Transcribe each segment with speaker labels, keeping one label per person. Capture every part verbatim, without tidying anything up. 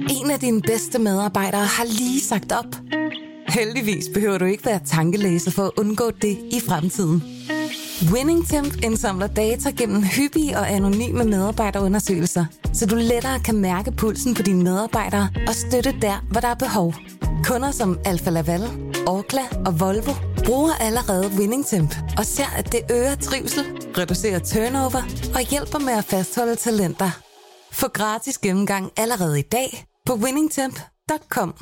Speaker 1: En af dine bedste medarbejdere har lige sagt op. Heldigvis behøver du ikke være tankelæser for at undgå det i fremtiden. WinningTemp indsamler data gennem hyppige og anonyme medarbejderundersøgelser, så du lettere kan mærke pulsen på dine medarbejdere og støtte der, hvor der er behov. Kunder som Alfa Laval, Orkla og Volvo bruger allerede WinningTemp og ser, at det øger trivsel, reducerer turnover og hjælper med at fastholde talenter. Få gratis gennemgang allerede i dag på winningtemp punktum com.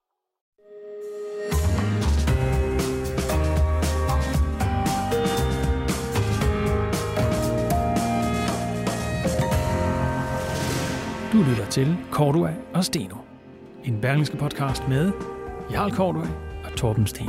Speaker 2: Du lytter til Cordua og Steno. En Berlingske podcast med Jarl Cordua og Torben Steno.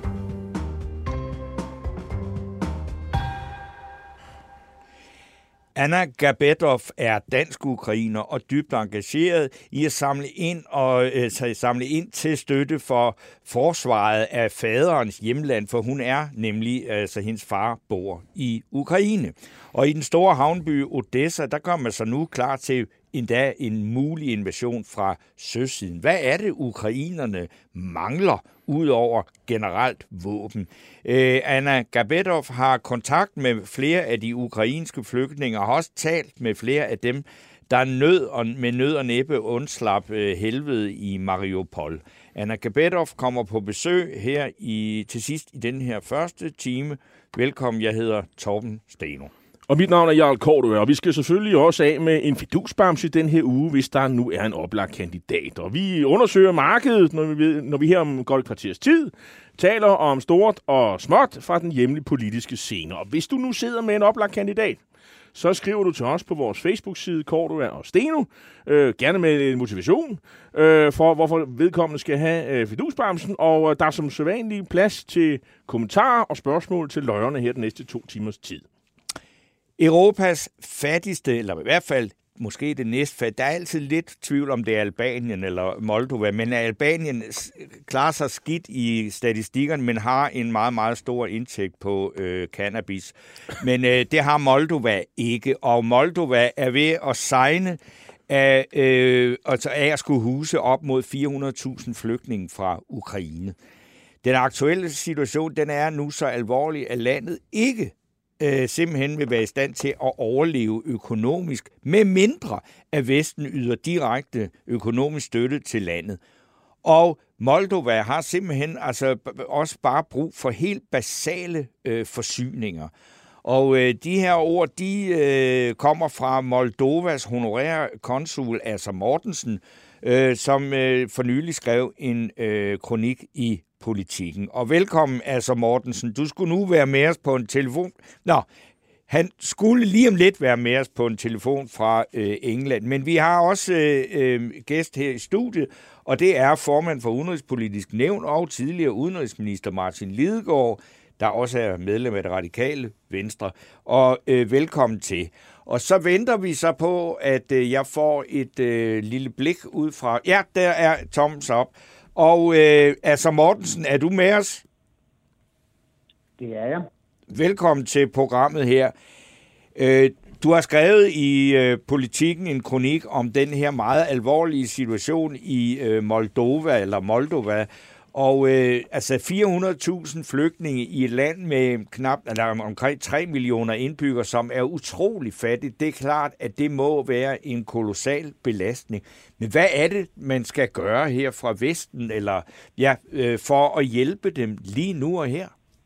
Speaker 3: Anna Gabedov er dansk-ukrainer og dybt engageret i at samle ind og øh, samle ind til støtte for forsvaret af faderens hjemland, for hun er nemlig, altså hendes far bor i Ukraine. Og i den store havnby Odessa, der kommer man så nu klar til endda en mulig invasion fra søsiden. Hvad er det, ukrainerne mangler udover generelt våben? Øh, Anna Gabedov har kontakt med flere af de ukrainske flygtninge og har også talt med flere af dem, der nød og, med nød og næppe undslap øh, helvede i Mariupol. Anna Gabedov kommer på besøg her i, til sidst i den her første time. Velkommen, jeg hedder Torben Steno.
Speaker 4: Og mit navn er Jarl Cordua, og vi skal selvfølgelig også af med en fidusbamse den her uge, hvis der nu er en oplagt kandidat. Og vi undersøger markedet, når vi, når vi her om godt et kvarters tid taler om stort og småt fra den hjemlige politiske scene. Og hvis du nu sidder med en oplagt kandidat, så skriver du til os på vores Facebook-side, Cordua og Steno, øh, gerne med en motivation øh, for, hvorfor vedkommende skal have øh, fidusbamsen. Og øh, der er som sædvanlig plads til kommentarer og spørgsmål til løjerne her den næste to timers tid.
Speaker 3: Europas fattigste, eller i hvert fald måske det næstfattigste, der er altid lidt tvivl om det er Albanien eller Moldova, men Albanien klarer sig skidt i statistikkerne, men har en meget, meget stor indtægt på øh, cannabis. Men øh, det har Moldova ikke, og Moldova er ved at signe af, øh, altså af at skulle huse op mod fire hundrede tusind flygtninge fra Ukraine. Den aktuelle situation, den er nu så alvorlig, at landet ikke Øh, simpelthen vil være i stand til at overleve økonomisk, med mindre at Vesten yder direkte økonomisk støtte til landet. Og Moldova har simpelthen altså også bare brug for helt basale øh, forsyninger. Og øh, de her ord, de øh, kommer fra Moldovas honorære konsul Asser Mortensen, øh, som øh, for nylig skrev en øh, kronik i Politikken. Og velkommen, Asser Mortensen. Du skulle nu være med os på en telefon. Nå, han skulle lige om lidt være med os på en telefon fra øh, England. Men vi har også øh, øh, gæst her i studiet, og det er formand for Udenrigspolitisk Nævn og tidligere udenrigsminister Martin Lidegaard, der også er medlem af det radikale Venstre. Og øh, velkommen til. Og så venter vi så på, at øh, jeg får et øh, lille blik ud fra... Ja, der er Thomas op. Og øh, Asser Mortensen, er du med os?
Speaker 5: Det er jeg.
Speaker 3: Velkommen til programmet her. Øh, du har skrevet i øh, Politikken en kronik om den her meget alvorlige situation i øh, Moldova, eller Moldova. Og øh, altså fire hundrede tusind flygtninge i et land med knap, eller omkring tre millioner indbyggere, som er utrolig fattigt. Det er klart, at det må være en kolossal belastning. Men hvad er det, man skal gøre her fra Vesten, eller ja, øh, for at hjælpe dem lige nu og her?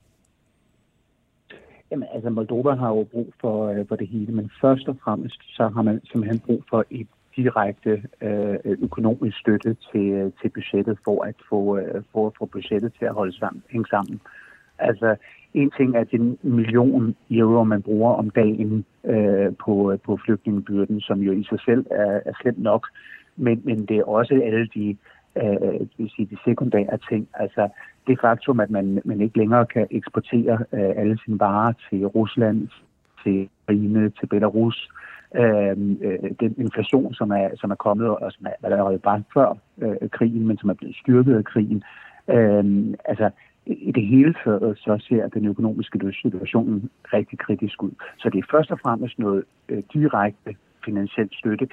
Speaker 5: Jamen, altså Moldova har jo brug for, øh, for det hele, men først og fremmest så har man simpelthen brug for et direkte øh, økonomisk støtte til, til budgettet for at få, øh, for at få budgettet til at holde sammen, hænge sammen. Altså en ting er den million euro, man bruger om dagen øh, på, på flygtningebyrden, som jo i sig selv er, er slemt nok, men, men det er også alle de, øh, vil sige, de sekundære ting. Altså det faktum, at man, man ikke længere kan eksportere øh, alle sine varer til Rusland, til Ukraine, til Belarus. Øh, den inflation, som er, som er kommet, og som er allerede bare før øh, krigen, men som er blevet styrket af krigen. Øh, altså, i det hele taget, så ser den økonomiske situation rigtig kritisk ud. Så det er først og fremmest noget øh, direkte finansiel støtte.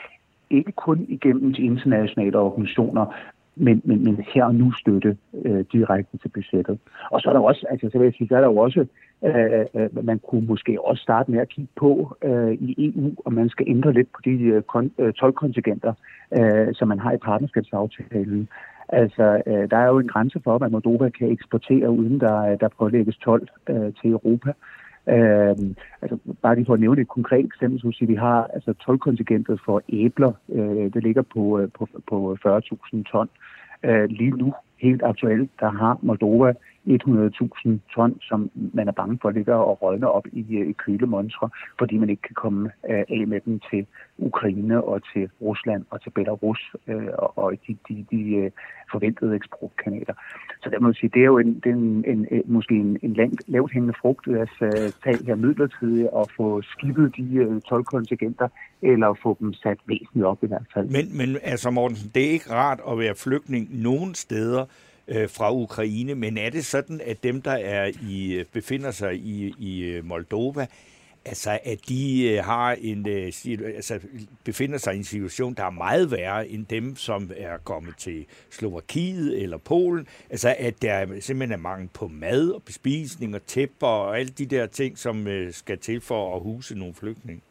Speaker 5: ikke kun igennem de internationale organisationer, men, men, men her og nu støtte øh, direkte til budgettet. Og så er der også, altså så vil jeg sige, så er der jo også, øh, øh, man kunne måske også starte med at kigge på øh, i E U, om man skal ændre lidt på de øh, kon- øh, toldkontingenter, øh, som man har i partnerskabsaftalen. Altså, øh, der er jo en grænse for, at Moldova kan eksportere, uden der, der pålægges told øh, til Europa. Øh, altså, bare lige for at nævne et konkret eksempel, så siger vi har altså toldkontingentet for æbler, øh, det ligger på, på, på fyrre tusind ton. Øh, lige nu, helt aktuelt, der har Moldova hundrede tusind ton, som man er bange for ligger og rådner op i, i kølemontre, fordi man ikke kan komme øh, af med dem til Ukraine og til Rusland og til Belarus øh, og, og de, de, de øh, forventede eksportkanaler. Så der må jeg sige, det er jo en, det er en, en, en, måske en, en langt, lavt hængende frugt, at uh, tage her midlertidigt og få skibet de uh, toldkontingenter, eller få dem sat væsentligt op i hvert fald.
Speaker 3: Men, men altså Mortensen, det er ikke rart at være flygtning nogen steder øh, fra Ukraine, men er det sådan, at dem, der er i, befinder sig i, i Moldova, altså at de øh, har en, øh, altså, befinder sig i en situation, der er meget værre end dem, som er kommet til Slovakiet eller Polen. Altså at der simpelthen er mangel på mad og bespisning og tæpper og alle de der ting, som øh, skal til for at huse nogle flygtninge.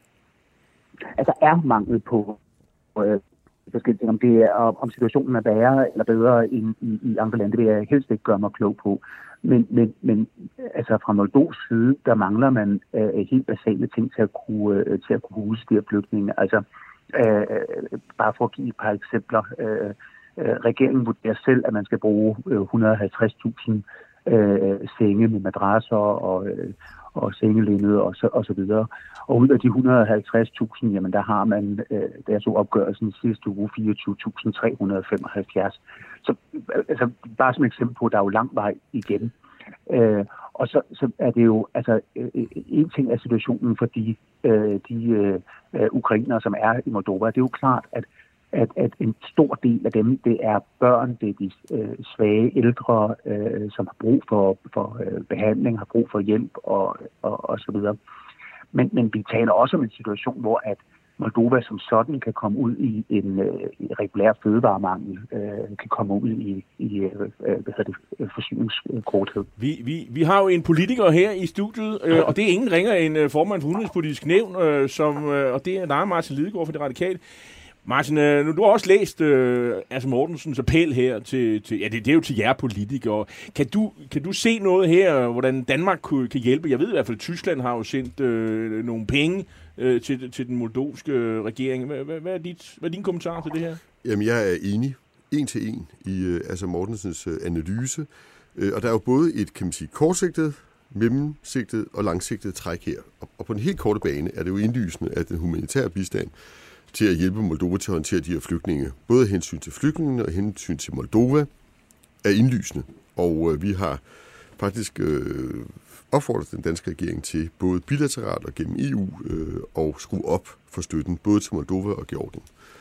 Speaker 5: Altså er mangel på øh, forskellige ting, om, det er, om situationen er værre eller bedre end i, i andre lande, det vil jeg helst ikke gøre mig klog på. Men, men, men altså fra Moldovs side, der mangler man øh, helt basale ting til at kunne, øh, til at kunne huse de her flygtninge. Altså, øh, bare for at give et par eksempler. Øh, øh, regeringen vurderer selv, at man skal bruge øh, et hundrede og halvtreds tusind øh, senge med madrasser og, øh, og sengelinned og så, og så videre. Og ud af de et hundrede og halvtreds tusind, jamen der har man, øh, der så opgørelsen sidste uge, fireogtyve tusind tre hundrede og femoghalvfjerds. Så altså, bare som eksempel på, at der er jo lang vej igen. Øh, og så, så er det jo, altså øh, en ting af situationen for de, øh, de øh, ukrainere, som er i Moldova. Det er jo klart, at, at, at en stor del af dem, det er børn, det er de øh, svage ældre, øh, som har brug for, for øh, behandling, har brug for hjælp og, og, og så videre. Men, men vi taler også om en situation, hvor at Moldova som sådan kan komme ud i en øh, regulær fødevaremangel, øh, kan komme ud i, i øh, hvad hedder det, forsyningskorthed.
Speaker 4: Vi, vi, vi har jo en politiker her i studiet, øh, og det er ingen ringer end øh, formand for Udenrigspolitisk Nævn, øh, som, øh, og det er dig, Martin Lidegaard, for Det Radikale. Martin, øh, nu du har også læst øh, altså Mortensens appel her til, til ja, det, det er jo til jer politikere. Kan du, kan du se noget her, hvordan Danmark kunne, kan hjælpe? Jeg ved i hvert fald, at Tyskland har jo sendt øh, nogle penge øh, til, til den moldovske regering. Hvad, hvad, hvad, er dit, hvad er din kommentar til det her?
Speaker 6: Jamen, jeg er enig en til en i øh, altså Mortensens øh, analyse. Øh, og der er jo både et, kan man sige, kortsigtet, mellemsigtet og langsigtet træk her. Og, og på den helt korte bane er det jo indlysende, at den humanitære bistand til at hjælpe Moldova til at håndtere de her flygtninge, både af hensyn til flygtningene og hensyn til Moldova, er indlysende. Og øh, vi har faktisk øh, opfordret den danske regering til både bilateralt og gennem E U øh, at skrue op for støtten, både til Moldova og Georgien.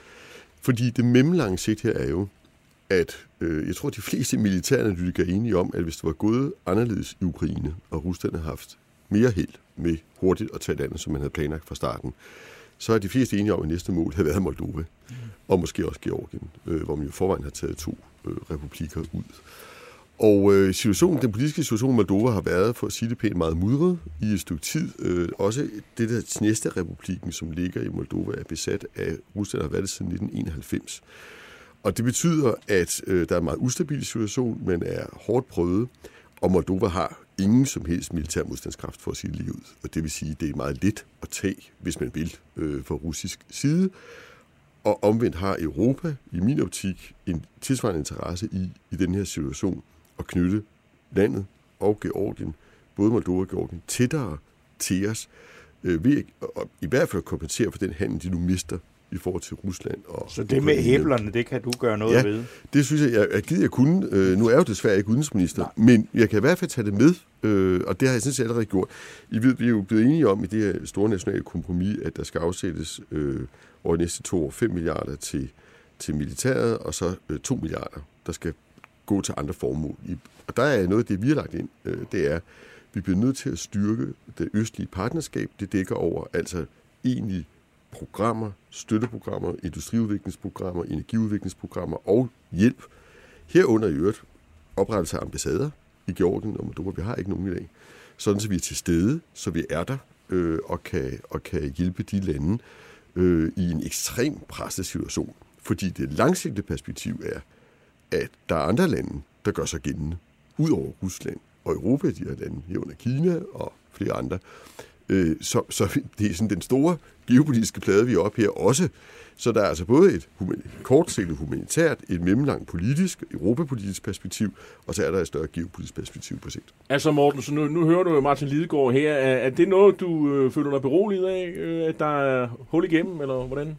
Speaker 6: Fordi det mellemlange sigt her er jo, at øh, jeg tror, at de fleste militæranalytikere er enige om, at hvis det var gået anderledes i Ukraine, og Rusland har haft mere held med hurtigt at tage landet, som man havde planlagt fra starten, så er de fleste enige om, at næste mål havde været Moldova, mm. og måske også Georgien, øh, hvor man jo forvejen har taget to øh, republikker ud. Og øh, situationen, den politiske situation i Moldova har været, for at sige det pænt, meget mudret i et stykke tid. Øh, også det der næste republikken, som ligger i Moldova, er besat af Rusland, har været det siden nitten enoghalvfems. Og det betyder, at øh, der er en meget ustabil situation, men er hårdt prøvet, og Moldova har ingen som helst militær modstandskraft, for at sige det lige ud. Og det vil sige, at det er meget let at tage, hvis man vil, øh, fra russisk side. Og omvendt har Europa, i min optik, en tilsvarende interesse i, i den her situation, at knytte landet og Georgien, både Moldova og Georgien, tættere til os, øh, ved at, i hvert fald at kompensere for den handel, de nu mister i forhold til Rusland. Og
Speaker 3: så det med æblerne, det kan du gøre noget
Speaker 6: ja,
Speaker 3: ved?
Speaker 6: Det synes jeg, jeg, jeg gider jeg kunne. Øh, nu er jeg jo desværre ikke udenrigsminister, Nej. men jeg kan i hvert fald tage det med, øh, og det har jeg sådan set allerede gjort. I ved, vi er jo blevet enige om i det her store nationale kompromis, at der skal afsættes øh, over de næste to år fem milliarder til, til militæret, og så øh, to milliarder, der skal gå til andre formål. Og der er noget af det, vi har lagt ind, øh, det er, vi bliver nødt til at styrke det østlige partnerskab. Det dækker over altså egentlig programmer, støtteprogrammer, industriudviklingsprogrammer, energiudviklingsprogrammer og hjælp. Herunder i øvrigt oprettelse af ambassader i Georgien og Moldova. Vi har ikke nogen i dag. Sådan så vi er til stede, så vi er der øh, og, kan, og kan hjælpe de lande øh, i en ekstrem presset situation. Fordi det langsigtede perspektiv er, at der er andre lande, der gør sig gældende, ud over Rusland og Europa, de her lande, herunder Kina og flere andre. Øh, så, så det er sådan den store geopolitiske plade, vi er oppe her også. Så der er altså både et kortsigtet humanitært, et mellemlangt politisk, europapolitisk perspektiv, og så er der et større geopolitisk perspektiv på sigt.
Speaker 4: Altså Morten, så nu, nu hører du Martin Lidegaard her. Er, er det noget, du øh, føler dig beroliget af, øh, at der er hul igennem, eller hvordan?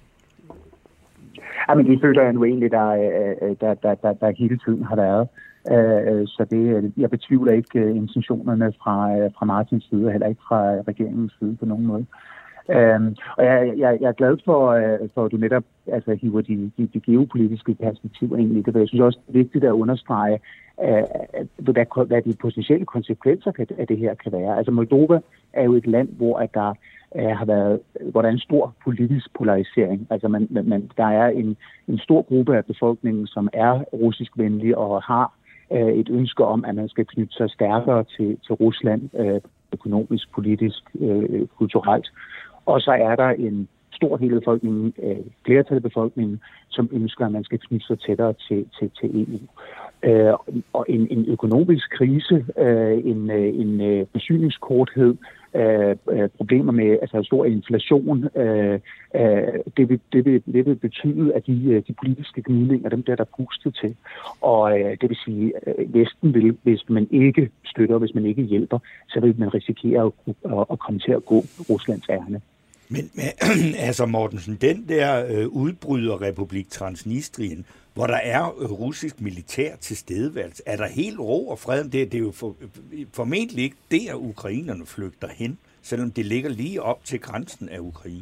Speaker 5: Ja, men det føler jeg nu egentlig, der, der, der, der, der hele tiden har været. Så det, jeg betvivler ikke intentionerne fra, fra Martins side, heller ikke fra regeringens side på nogen måde. Um, og jeg, jeg, jeg er glad for, for at du netop altså, hiver de, de, de geopolitiske perspektiver ind i det, for jeg synes også, det er vigtigt at understrege, uh, hvad, hvad de potentielle konsekvenser af det her kan være. Altså Moldova er jo et land, hvor at der uh, har været, hvor der er en stor politisk polarisering. Altså man, man, der er en, en stor gruppe af befolkningen, som er russiskvenlige og har uh, et ønske om, at man skal knytte sig stærkere til, til Rusland, uh, økonomisk, politisk, uh, kulturelt. Og så er der en stor del af befolkningen, øh, flertal af befolkningen, som ønsker, at man skal knytte sig tættere til, til, til E U. Øh, og en, en økonomisk krise, øh, en, en øh, forsyningskorthed, øh, øh, problemer med altså stor inflation, øh, øh, det, vil, det, vil, det vil betyde, at de, de politiske gnidninger, dem der der pustet til. Og øh, det vil sige, at Vesten vil, hvis man ikke støtter, hvis man ikke hjælper, så vil man risikere at, at, at komme til at gå Ruslands ærne.
Speaker 3: Men, men altså Mortensen, den der øh, udbryderrepublik Transnistrien, hvor der er øh, russisk militær tilstedeværelse, er der helt ro og fred? Det, det er jo for, formentlig ikke der, ukrainerne flygter hen, selvom det ligger lige op til grænsen af Ukraine.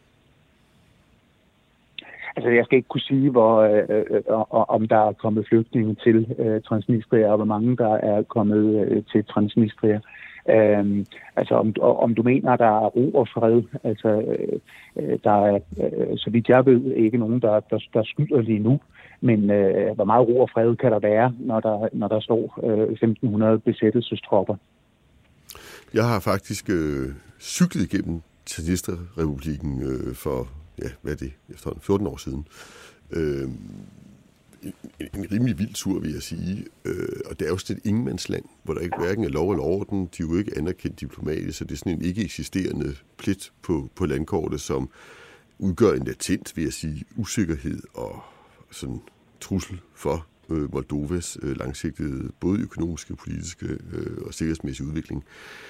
Speaker 5: Altså, jeg skal ikke kunne sige, hvor, øh, øh, om der er kommet flygtninge til øh, Transnistria, og hvor mange der er kommet øh, til Transnistria. Øhm, altså om, om du mener, der er ro og fred, altså øh, der er, øh, så vidt jeg ved, ikke nogen, der, der, der skylder lige nu, men øh, hvor meget ro og fred kan der være, når der, når der står øh, femten hundrede besættelsestropper?
Speaker 6: Jeg har faktisk øh, cyklet igennem Transnistria-republikken øh, for, ja, hvad er det, efterhånden fjorten år siden. Øh, En, en rimelig vild tur, vil jeg sige. Øh, og det er jo sådan et ingenmandsland, hvor der ikke hverken er lov eller orden. De er jo ikke anerkendt diplomatisk, så det er sådan en ikke eksisterende plet på, på landkortet, som udgør en latent, vil jeg sige, usikkerhed og sådan trussel for øh, Moldovas øh, langsigtede, både økonomiske, politiske øh, og sikkerhedsmæssige udvikling.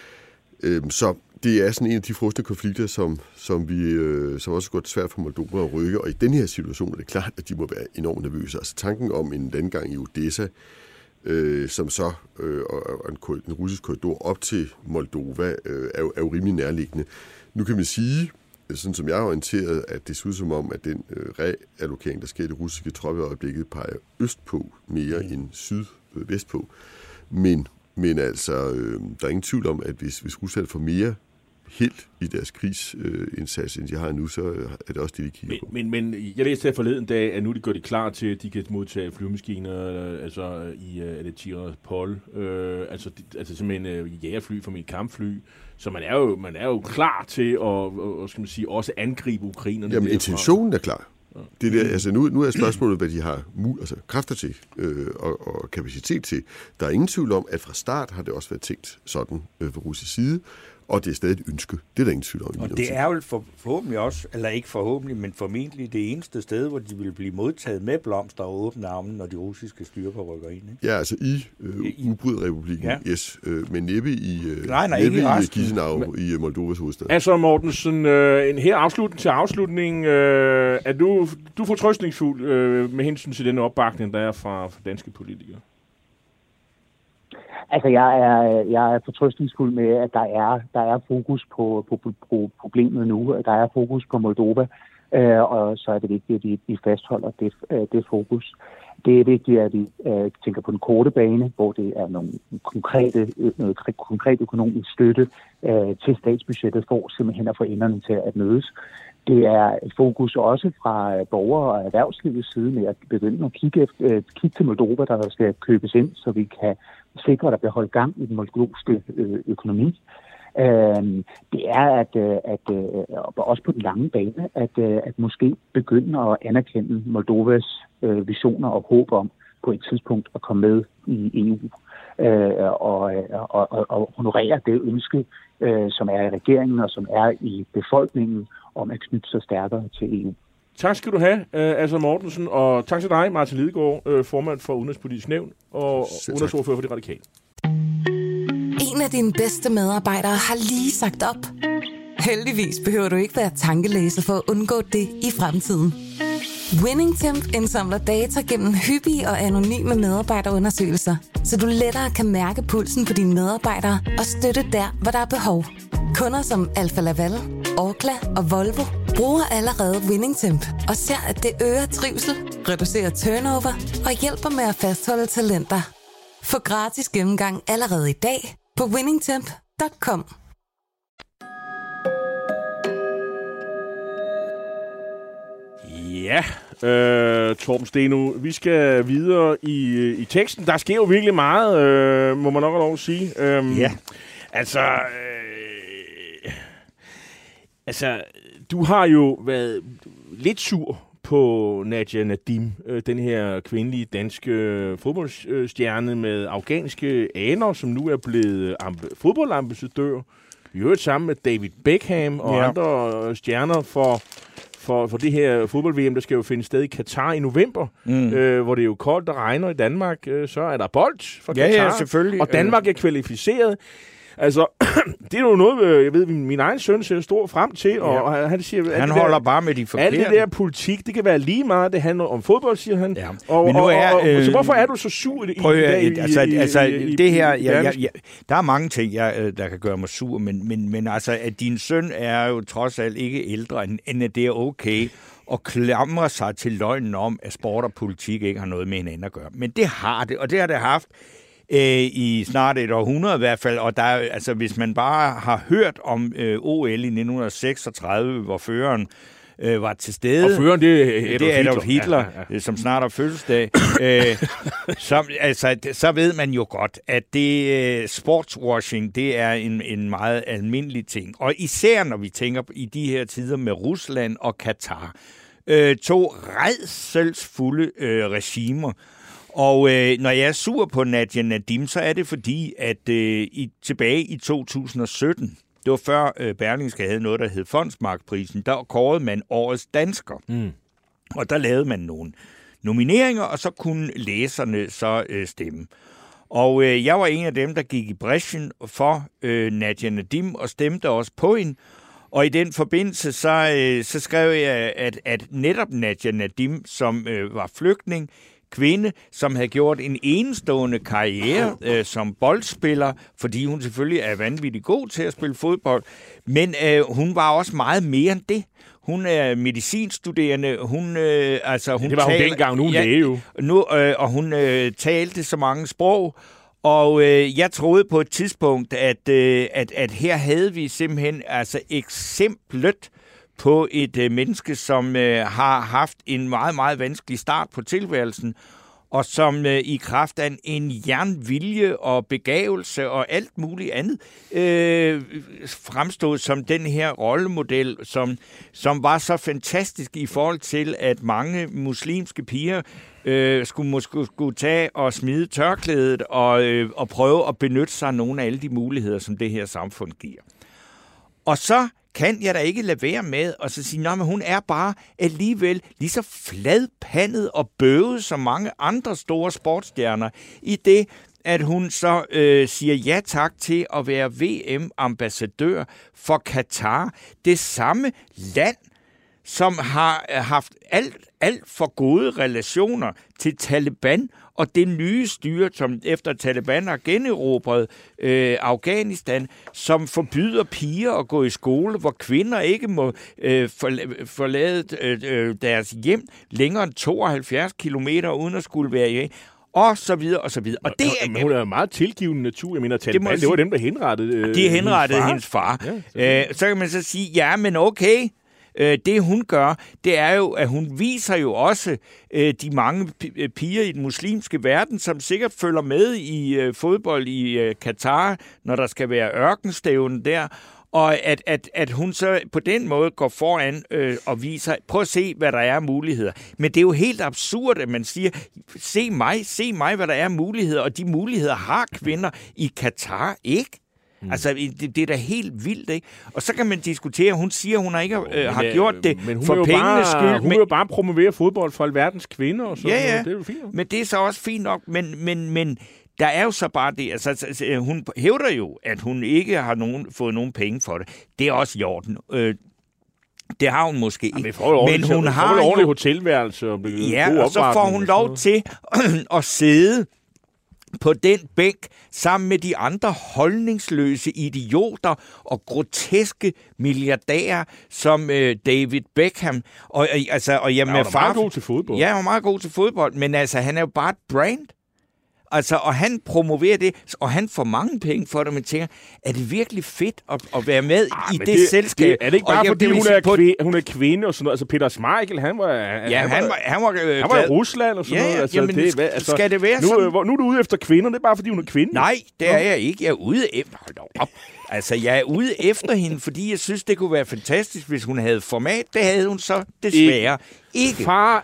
Speaker 6: Øh, så det er sådan en af de frosne konflikter, som, som, vi, øh, som også går svært for Moldova at rykke, og i den her situation er det klart, at de må være enormt nervøse. Altså tanken om en landgang i Odessa, øh, som så øh, og en, en russisk korridor op til Moldova, øh, er, jo, er jo rimelig nærliggende. Nu kan man sige, sådan som jeg er orienteret, at det ser ud som om, at den øh, reallokering, der sker i det russiske tropper i øjeblikket, peger øst på mere end syd-vest på. Men Men altså, øh, der er ingen tvivl om, at hvis, hvis Rusland får mere held i deres krigsindsats, øh, end de har nu, så er det også det, de kigger på.
Speaker 4: Men, men, men jeg læste her forleden dag, at nu de gør det klar til, at de kan modtage flyvemaskiner, altså i er det Tiraspol, øh, altså, altså simpelthen øh, jagerfly for mit kampfly. Så man er jo, man er jo klar til at og, skal man sige, også angribe ukrainerne.
Speaker 6: Jamen, intentionen er klar. Det der, altså nu, nu er spørgsmålet, hvad de har altså kræfter til øh, og, og kapacitet til. Der er ingen tvivl om, at fra start har det også været tænkt sådan øh, fra russisk side, og det er stadig et ønske. Det er der ingen tvivl om.
Speaker 3: Og det er jo for, forhåbentlig også, eller ikke forhåbentlig, men formentlig det eneste sted, hvor de vil blive modtaget med blomster og åbne armen, når de russiske styrker rykker ind. Ikke?
Speaker 6: Ja, altså i øh, Ubryderrepublikken, ja. Yes, øh, men næppe i, øh,
Speaker 3: nej, nej,
Speaker 6: næppe
Speaker 3: i,
Speaker 6: i Chisinau, i uh, Moldovas hovedstad.
Speaker 4: Altså Mortensen, øh, en her afslutning til afslutning, øh, er du, du fortrøstningsfuld øh, med hensyn til den opbakning, der er fra, fra danske politikere?
Speaker 5: Altså, jeg er, jeg er fortrøstningsfuld med, at der er, der er fokus på, på, på problemet nu. Der er fokus på Moldova, øh, og så er det vigtigt, at vi, vi fastholder det, det fokus. Det er vigtigt, at vi øh, tænker på den korte bane, hvor det er nogle konkrete, noget konkret økonomisk støtte øh, til statsbudgettet for simpelthen at få enderne til at mødes. Det er et fokus også fra borgere og erhvervslivets side med at begynde at kigge, efter, kigge til Moldova, der skal købes ind, så vi kan sikre, at der bliver holdt gang i den moldoviske økonomi. Det er at, at, at også på den lange bane, at, at måske begynde at anerkende Moldovas visioner og håb om på et tidspunkt at komme med i E U og, og, og, og honorere det ønske, som er i regeringen og som er i befolkningen, om at knytte sig stærkere til E U.
Speaker 4: Tak skal du have, Asger Mortensen, og tak til dig, Martin Lidegaard, formand for Udenrigspolitisk Nævn og udenrigsordfører for De Radikale.
Speaker 1: En af dine bedste medarbejdere har lige sagt op. Heldigvis behøver du ikke være tankelæser for at undgå det i fremtiden. WinningTemp indsamler data gennem hyppige og anonyme medarbejderundersøgelser, så du lettere kan mærke pulsen på dine medarbejdere og støtte der, hvor der er behov. Kunder som Alfa Laval, Orkla og Volvo bruger allerede WinningTemp og ser, at det øger trivsel, reducerer turnover og hjælper med at fastholde talenter. Få gratis gennemgang allerede i dag på winning temp punktum com.
Speaker 4: Ja, øh, Torben Steno, vi skal videre i, i teksten. Der sker jo virkelig meget, øh, må man nok have lov at sige. Øhm,
Speaker 3: ja.
Speaker 4: Altså, øh, altså, du har jo været lidt sur på Nadia Nadim, øh, den her kvindelige danske fodboldstjerne med afghanske aner, som nu er blevet amb- fodboldambassadør. I øvrigt sammen med David Beckham og ja. andre stjerner for... For, for det her fodbold-V M, der skal jo finde sted i Katar i november, mm. øh, hvor det er jo koldt og regner i Danmark, øh, så er der bold for
Speaker 3: ja,
Speaker 4: Katar,
Speaker 3: ja, selvfølgelig.
Speaker 4: Og Danmark er kvalificeret. Altså, det er jo noget, jeg ved, min egen søn ser stor frem til, og, ja. og han siger...
Speaker 3: Han holder der, bare med de forkerte.
Speaker 4: Alt det der politik, det kan være lige meget, det handler om fodbold, siger han.
Speaker 3: Ja.
Speaker 4: Og,
Speaker 3: Men nu er,
Speaker 4: og, og,
Speaker 3: øh,
Speaker 4: så hvorfor er du så sur i,
Speaker 3: prøv,
Speaker 4: i dag?
Speaker 3: Et, altså,
Speaker 4: i,
Speaker 3: altså,
Speaker 4: i, i,
Speaker 3: det her,
Speaker 4: i,
Speaker 3: jeg, jeg, jeg, der er mange ting, jeg, der kan gøre mig sur, men, men, men altså, at din søn er jo trods alt ikke ældre, end at det er okay og klamrer sig til løgnen om, at sport og politik ikke har noget med hinanden at gøre. Men det har det, og det har det haft øh, i snart et århundrede i hvert fald, og der, altså, hvis man bare har hørt om øh, O L i nitten seksogtredive, hvor føreren øh, var til stede.
Speaker 4: Og føreren, det er Adolf,
Speaker 3: det er Adolf
Speaker 4: Hitler,
Speaker 3: Hitler,
Speaker 4: ja, ja.
Speaker 3: som snart har fødselsdag. øh, så, altså, så ved man jo godt, at det øh, sportswashing, det er en, en meget almindelig ting. Og især når vi tænker i de her tider med Rusland og Katar. Øh, to rædselsfulde øh, regimer. Og øh, når jeg er sur på Nadia Nadim, så er det fordi, at øh, i, tilbage i to tusind og sytten, det var før øh, Berlingske havde noget, der hed Fondsmarkprisen, der kårede man årets dansker. Mm. Og der lavede man nogle nomineringer, og så kunne læserne så øh, stemme. Og øh, jeg var en af dem, der gik i brechen for øh, Nadia Nadim og stemte også på hende. Og i den forbindelse, så, øh, så skrev jeg, at, at netop Nadia Nadim, som øh, var flygtning, kvinde, som havde gjort en enestående karriere øh, som boldspiller, fordi hun selvfølgelig er vanvittigt god til at spille fodbold, men øh, hun var også meget mere end det. Hun er medicinstuderende, hun øh, altså hun
Speaker 4: det var
Speaker 3: taler,
Speaker 4: hun dengang, nu
Speaker 3: ja,
Speaker 4: læge jo.
Speaker 3: Nu, øh, og hun øh, talte så mange sprog. Og øh, jeg troede på et tidspunkt, at, øh, at, at her havde vi simpelthen altså eksemplet på et øh, menneske, som øh, har haft en meget, meget vanskelig start på tilværelsen, og som øh, i kraft af en, en jernvilje og begavelse og alt muligt andet øh, fremstod som den her rollemodel, som, som var så fantastisk i forhold til, at mange muslimske piger øh, skulle måske skulle tage og smide tørklædet og, øh, og prøve at benytte sig af nogle af alle de muligheder, som det her samfund giver. Og så kan jeg da ikke lade være med at så sige, at hun er bare alligevel lige så fladpandet og bøvet som mange andre store sportsstjerner i det, at hun så øh, siger ja tak til at være V M-ambassadør for Katar. Det samme land, som har haft alt, alt for gode relationer til Taliban og det nye styre, som efter Taliban har generobret øh, Afghanistan, som forbyder piger at gå i skole, hvor kvinder ikke må øh, forlade øh, deres hjem længere end tooghalvfjerds kilometer uden at skulle være i, og så videre, og så videre. Og det
Speaker 4: er, men hun er meget tilgivende natur. Jeg mener, Taliban, det,
Speaker 3: det
Speaker 4: var dem, der henrettede øh,
Speaker 3: De henrettede hendes far.
Speaker 4: Hendes far.
Speaker 3: Ja, så. Øh, så kan man så sige, ja, men okay, Øh, det hun gør, det er jo, at hun viser jo også øh, de mange p- piger i den muslimske verden, som sikkert følger med i øh, fodbold i øh, Katar, når der skal være ørkenstævnen der, og at, at, at hun så på den måde går foran øh, og viser, prøv at se, hvad der er af muligheder. Men det er jo helt absurd, at man siger, se mig, se mig, hvad der er af muligheder, og de muligheder har kvinder i Katar ikke. Mm. Altså, det, det er da helt vildt, ikke? Og så kan man diskutere, hun siger, hun har ikke øh, har
Speaker 4: men,
Speaker 3: gjort det
Speaker 4: men hun
Speaker 3: for pengenes
Speaker 4: bare,
Speaker 3: skyld.
Speaker 4: Hun vil jo bare promovere fodbold for alverdens kvinder og sådan
Speaker 3: ja, ja.
Speaker 4: noget. Det er jo fint.
Speaker 3: Men det er så også fint nok, men, men, men der er jo så bare det, altså hun hævder jo, at hun ikke har nogen, fået nogen penge for det. Det er også i orden. Øh, det har hun måske ikke.
Speaker 4: Ja, men hun har jo ordentligt hotelværelse og
Speaker 3: ja, og så får hun lov til at sidde på den bænk sammen med de andre holdningsløse idioter og groteske milliardærer som øh, David Beckham. Og, altså, og jamen,
Speaker 4: ja, han er
Speaker 3: far,
Speaker 4: meget god til fodbold.
Speaker 3: Ja, han er meget god til fodbold, men altså, han er jo bare et brand. Altså, og han promoverer det, og han får mange penge for det, men tænker, er det virkelig fedt at, at være med ah, i det, det selskab?
Speaker 4: Det, er det ikke bare,
Speaker 3: og,
Speaker 4: fordi
Speaker 3: jeg,
Speaker 4: hun, er kvi, hun er kvinde og sådan noget? Altså, Peter Schmeichel, han var...
Speaker 3: Ja, han, han var, han var, øh,
Speaker 4: han var i Rusland og sådan
Speaker 3: ja,
Speaker 4: noget. Altså,
Speaker 3: jamen,
Speaker 4: det, hvad, altså,
Speaker 3: skal det være
Speaker 4: nu,
Speaker 3: sådan?
Speaker 4: Nu er du ude efter kvinder, det er bare, fordi hun er kvinde.
Speaker 3: Nej, det er jeg ikke. Jeg er ude efter... Hold da op. Altså, jeg er ude efter hende, fordi jeg synes, det kunne være fantastisk, hvis hun havde format. Det havde hun så desværre ikke.
Speaker 4: Far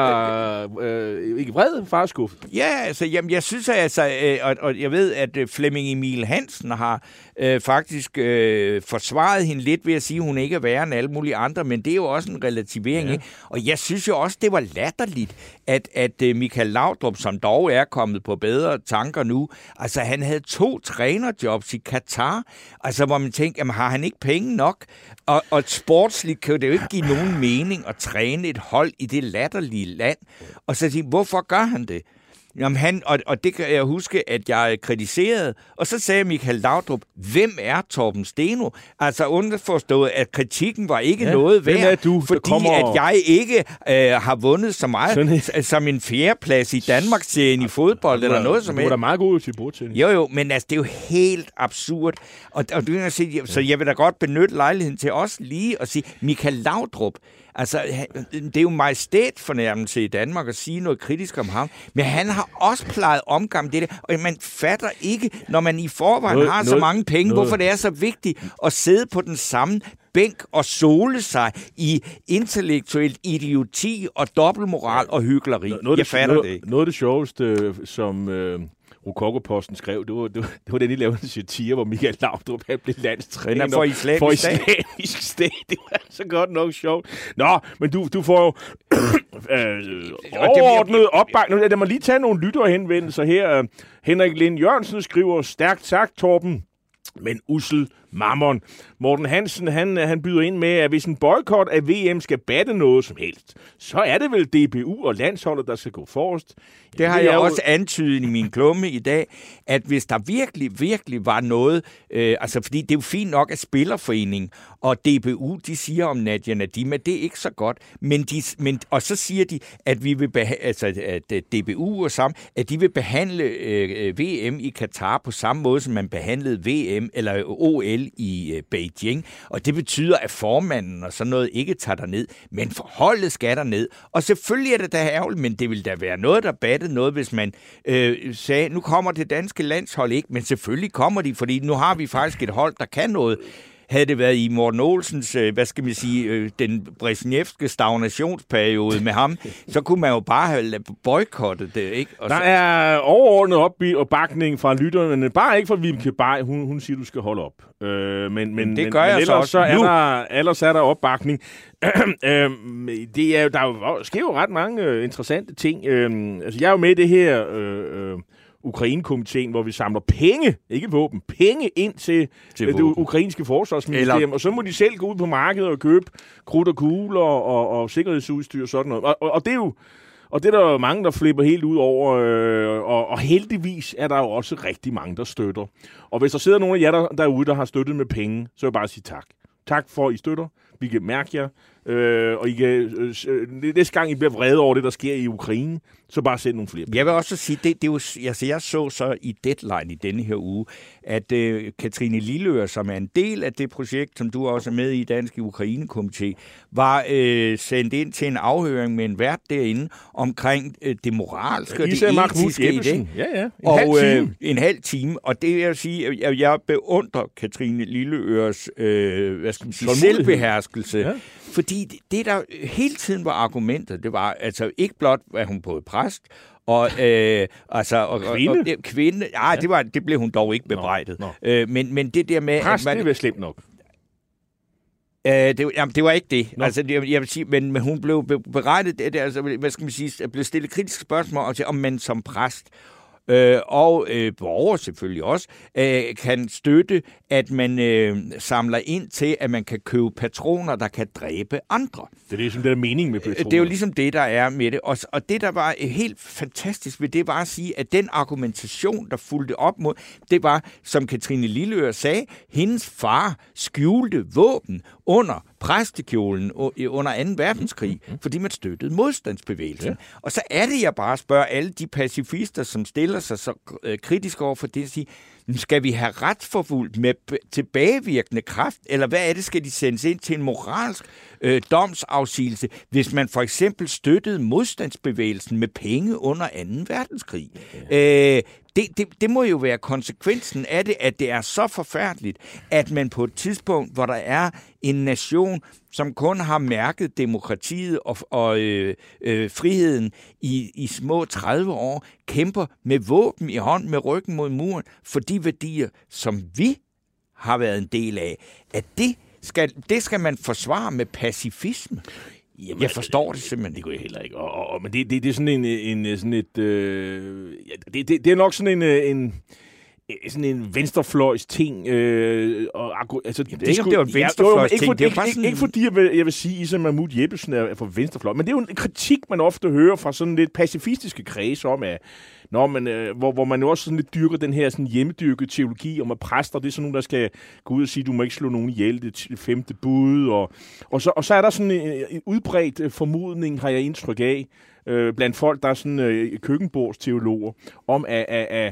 Speaker 4: er øh, ikke vred, far er skuffet.
Speaker 3: Ja, altså, jamen, jeg synes, altså, øh, og, og jeg ved, at øh, Flemming Emil Hansen har øh, faktisk øh, forsvaret hende lidt ved at sige, at hun ikke er værre end alle mulige andre, men det er jo også en relativering, ja. Ikke? Og jeg synes jo også, det var latterligt, at, at øh, Michael Laudrup, som dog er kommet på bedre tanker nu, altså, han havde to trænerjobs i Katar, altså, hvor man tænker, jamen, har han ikke penge nok? Og, og sportsligt kan det jo ikke give nogen mening at træne et hold i det latterlige land. Og så sige, hvorfor gør han det? Jamen han, og, og det kan jeg huske, at jeg kritiserede. Og så sagde Michael Laudrup, hvem er Torben Steno? Altså underforstået, at kritikken var ikke ja, noget værd, du, fordi kommer... at jeg ikke øh, har vundet så meget Sådan. som en fjerdeplads i Danmarksserien i fodbold, eller noget som helst.
Speaker 4: Du var da meget god til bordtennis.
Speaker 3: Jo, jo, men altså, det er jo helt absurd. Og, og du kan sige, så jeg vil da godt benytte lejligheden til også lige at sige, Michael Laudrup, altså, det er jo majestætfornærmelse i Danmark at sige noget kritisk om ham, men han har også plejet omgang det der, og man fatter ikke, når man i forvejen noget, har så noget, mange penge, noget. Hvorfor det er så vigtigt at sidde på den samme bænk og sole sig i intellektuelt idioti og dobbeltmoral og hykleri.
Speaker 4: Noget,
Speaker 3: Jeg fatter
Speaker 4: noget,
Speaker 3: det ikke.
Speaker 4: Noget af det sjoveste, som... Øh Rokokoposten skrev, det var, det var, det var den, de lavede en satire, hvor Michael Laudrup blev landstræner
Speaker 3: for islamisk,
Speaker 4: for islamisk stat. Det var så godt nok sjovt. Nå, men du, du får jo øh, overordnet opbakning. Lad mig lige tage nogle lytterhenvendelser her. Henrik Lind Jørgensen skriver, stærkt sagt, Torben, men ussel mammon. Morten Hansen, han, han byder ind med, at hvis en boykot af V M skal batte noget som helst, så er det vel D B U og landsholdet, der skal gå forrest.
Speaker 3: Det har det jeg jo... også antydet i min klumme i dag, at hvis der virkelig, virkelig var noget, øh, altså fordi det er jo fint nok, at Spillerforeningen og D B U, de siger om Nadia Nadim, at det er ikke så godt, men de, men, og så siger de, at vi vil beha- altså at D B U og sammen, at de vil behandle øh, V M i Katar på samme måde, som man behandlede V M eller O L i øh, Beijing, og det betyder, at formanden og sådan noget ikke tager derned, men forholdet skal derned, og selvfølgelig er det da ærgerligt, men det vil da være noget, der battede noget, hvis man øh, sagde, nu kommer det danske landshold ikke, men selvfølgelig kommer de, fordi nu har vi faktisk et hold, der kan noget. Havde det været i Morten Olsens, øh, hvad skal man sige, øh, den brezhnevske stagnationsperiode med ham, så kunne man jo bare have boykottet det, ikke? Og
Speaker 4: der
Speaker 3: så...
Speaker 4: er overordnet opbakning fra lytterne, bare ikke fra Vibeke Bay. Hun, hun siger, du skal holde op. Øh, men, men,
Speaker 3: det gør
Speaker 4: men,
Speaker 3: jeg
Speaker 4: men
Speaker 3: så også
Speaker 4: så er der, ellers er der opbakning. øh, det er, der er jo, sker jo ret mange øh, interessante ting. Øh, altså, jeg er jo med i det her... Øh, øh, Ukraine-komiteen, hvor vi samler penge, ikke våben, penge ind til, til det ukrainske forsvarsministerium, Eller... og så må de selv gå ud på markedet og købe krudt og kugler og, og, og sikkerhedsudstyr og sådan noget. Og, og, og det er jo og det er der jo mange, der flipper helt ud over, øh, og, og heldigvis er der jo også rigtig mange, der støtter. Og hvis der sidder nogle af jer der, derude, der har støttet med penge, så vil jeg bare sige tak. Tak for, at I støtter. Vi kan mærke jer. Øh, og I kan, øh, øh, næste gang I bliver vrede over det, der sker i Ukraine, så bare send nogle flere penge.
Speaker 3: Jeg vil også sige, det, det er jo, altså jeg så så i Deadline i denne her uge, at øh, Katrine Lilleør, som er en del af det projekt, som du også er med i, Dansk Ukraine-komité, var øh, sendt ind til en afhøring med en vært derinde omkring øh, det moralske og det etiske i det.
Speaker 4: Ja, ja. En
Speaker 3: og,
Speaker 4: halv time.
Speaker 3: Øh, en halv time. Og det vil jeg sige, at jeg beundrer Katrine Lilleørs øh, hvad skal man sige, selvbeherskelse. Ja. Fordi det, det, der hele tiden var argumentet, det var altså ikke blot, at hun både præst, og øh, altså og,
Speaker 4: kvinde.
Speaker 3: Og, og, kvinde. Ej, ja. det var det blev hun dog ikke bebrejdet.
Speaker 4: Nå, nå.
Speaker 3: Øh, men men det der med
Speaker 4: præst,
Speaker 3: man,
Speaker 4: det var slemt nok.
Speaker 3: Øh, det, jamen, det var ikke det.
Speaker 4: Nå.
Speaker 3: Altså, det, jeg vil sige, men, men hun blev berettet, det, det, altså, hvad skal man sige, blev stillet kritiske spørgsmål til, om man som præst øh, og øh, borger selvfølgelig også, øh, kan støtte, at man øh, samler ind til, at man kan købe patroner, der kan dræbe andre.
Speaker 4: Det er ligesom det, der er mening med patroner.
Speaker 3: Det er jo ligesom det, der er med det. Og, og det, der var helt fantastisk ved det, var at sige, at den argumentation, der fulgte op mod, det var, som Katrine Lilleør sagde, hendes far skjulte våben under præstekjolen under anden verdenskrig, fordi man støttede modstandsbevægelsen. Ja. Og så er det, jeg bare spørger alle de pacifister, som stiller sig så øh, kritisk over for det, at sige, skal vi have retsforfulgt med tilbagevirkende kraft, eller hvad er det, skal de sendes ind til en moralsk øh, domsafsigelse, hvis man for eksempel støttede modstandsbevægelsen med penge under anden verdenskrig? Ja. Øh, det, det, det må jo være konsekvensen af det, at det er så forfærdeligt, at man på et tidspunkt, hvor der er en nation, som kun har mærket demokratiet og, og øh, øh, friheden i, i små tredive år, kæmper med våben i hånd, med ryggen mod muren, for de værdier, som vi har været en del af, at det skal, det skal man forsvare med pacifisme. Jamen, jeg forstår det simpelthen.
Speaker 4: Det går jeg heller ikke. Og, og, og, men det, det, det er sådan en, en sådan et, øh, ja, det, det, det er nok sådan en, en sådan en venstrefløjs ting. Øh, og, altså,
Speaker 3: Jamen, det er ikke, om det var en venstrefløjs ting.
Speaker 4: Ikke, ikke, ikke, ikke fordi, jeg vil, jeg vil sige, at Mahmoud Jeppesen er for venstrefløj, men det er jo en kritik, man ofte hører fra sådan lidt pacifistiske kredse om, at Nå, men, øh, hvor, hvor man jo også sådan lidt dyrker den her sådan hjemmedyrkede teologi om, at præster, det er sådan nogen, der skal gå ud og sige, du må ikke slå nogen ihjel, det femte bud. Og, og, så, og så er der sådan en, en udbredt formodning, har jeg indtryk af, øh, blandt folk, der er sådan øh, køkkenbordsteologer, om at, at, at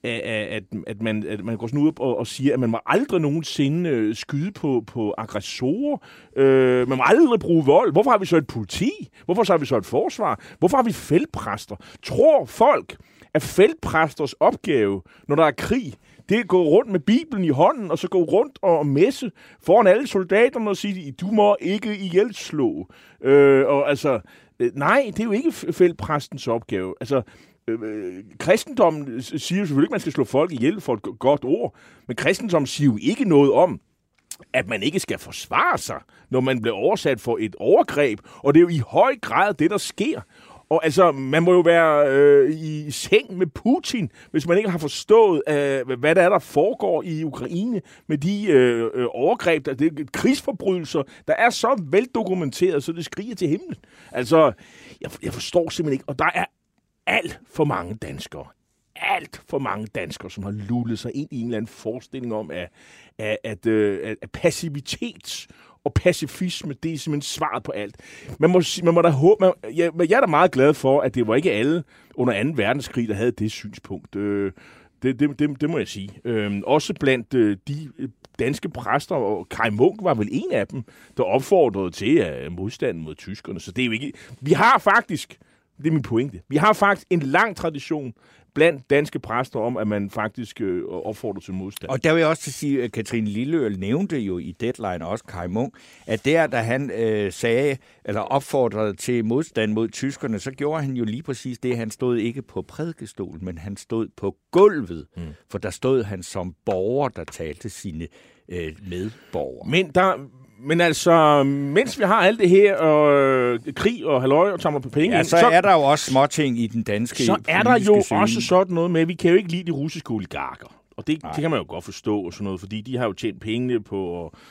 Speaker 4: At, at, man, at man går sådan ud og, og siger, at man må aldrig nogensinde øh, skyde på, på aggressorer. Øh, man må aldrig bruge vold. Hvorfor har vi så et politi? Hvorfor så har vi så et forsvar? Hvorfor har vi feltpræster? Tror folk, at feltpræsters opgave, når der er krig, det er at gå rundt med Bibelen i hånden, og så gå rundt og messe foran alle soldaterne og sige, du må ikke ihjelslå. Øh, og altså, øh, nej, det er jo ikke feltpræstens opgave. Altså, Øh, kristendommen siger jo selvfølgelig ikke, at man skal slå folk ihjel for et godt ord, men kristendommen siger jo ikke noget om, at man ikke skal forsvare sig, når man bliver oversat for et overgreb, og det er jo i høj grad det, der sker. Og altså, man må jo være øh, i seng med Putin, hvis man ikke har forstået, øh, hvad der er, der foregår i Ukraine med de øh, øh, overgreb, der, det, krigsforbrydelser, der er så veldokumenteret, så det skriger til himlen. Altså, jeg, jeg forstår simpelthen ikke, og der er alt for mange danskere, alt for mange danskere, som har lullet sig ind i en eller anden forestilling om, at, at, at, at, at passivitet og pacifisme, det er simpelthen svaret på alt. Man må, man må da håbe, man, jeg, jeg er da meget glad for, at det var ikke alle under anden verdenskrig, der havde det synspunkt. Det, det, det, det må jeg sige. Også blandt de danske præster, og Kai Munk var vel en af dem, der opfordrede til modstanden mod tyskerne. Så det er jo ikke... Vi har faktisk... Det er min pointe. Vi har faktisk en lang tradition blandt danske præster om, at man faktisk øh, opfordrer til modstand.
Speaker 3: Og der vil jeg også sige, at Katrine Lilleør nævnte jo i Deadline, også Kai Munk, at der, da han øh, sagde, eller opfordrede til modstand mod tyskerne, så gjorde han jo lige præcis det. Han stod ikke på prædikestolen, men han stod på gulvet. Mm. For der stod han som borger, der talte sine øh, medborgere.
Speaker 4: Men der... Men altså, mens vi har alt det her, og øh, krig og halløj og tamler på penge...
Speaker 3: Ja, så, så er der jo også småting i den danske...
Speaker 4: Så er der jo
Speaker 3: scene.
Speaker 4: Også sådan noget med, at vi kan jo ikke lide de russiske oligarker. Og det, det kan man jo godt forstå, og sådan noget, fordi de har jo tjent pengene på at,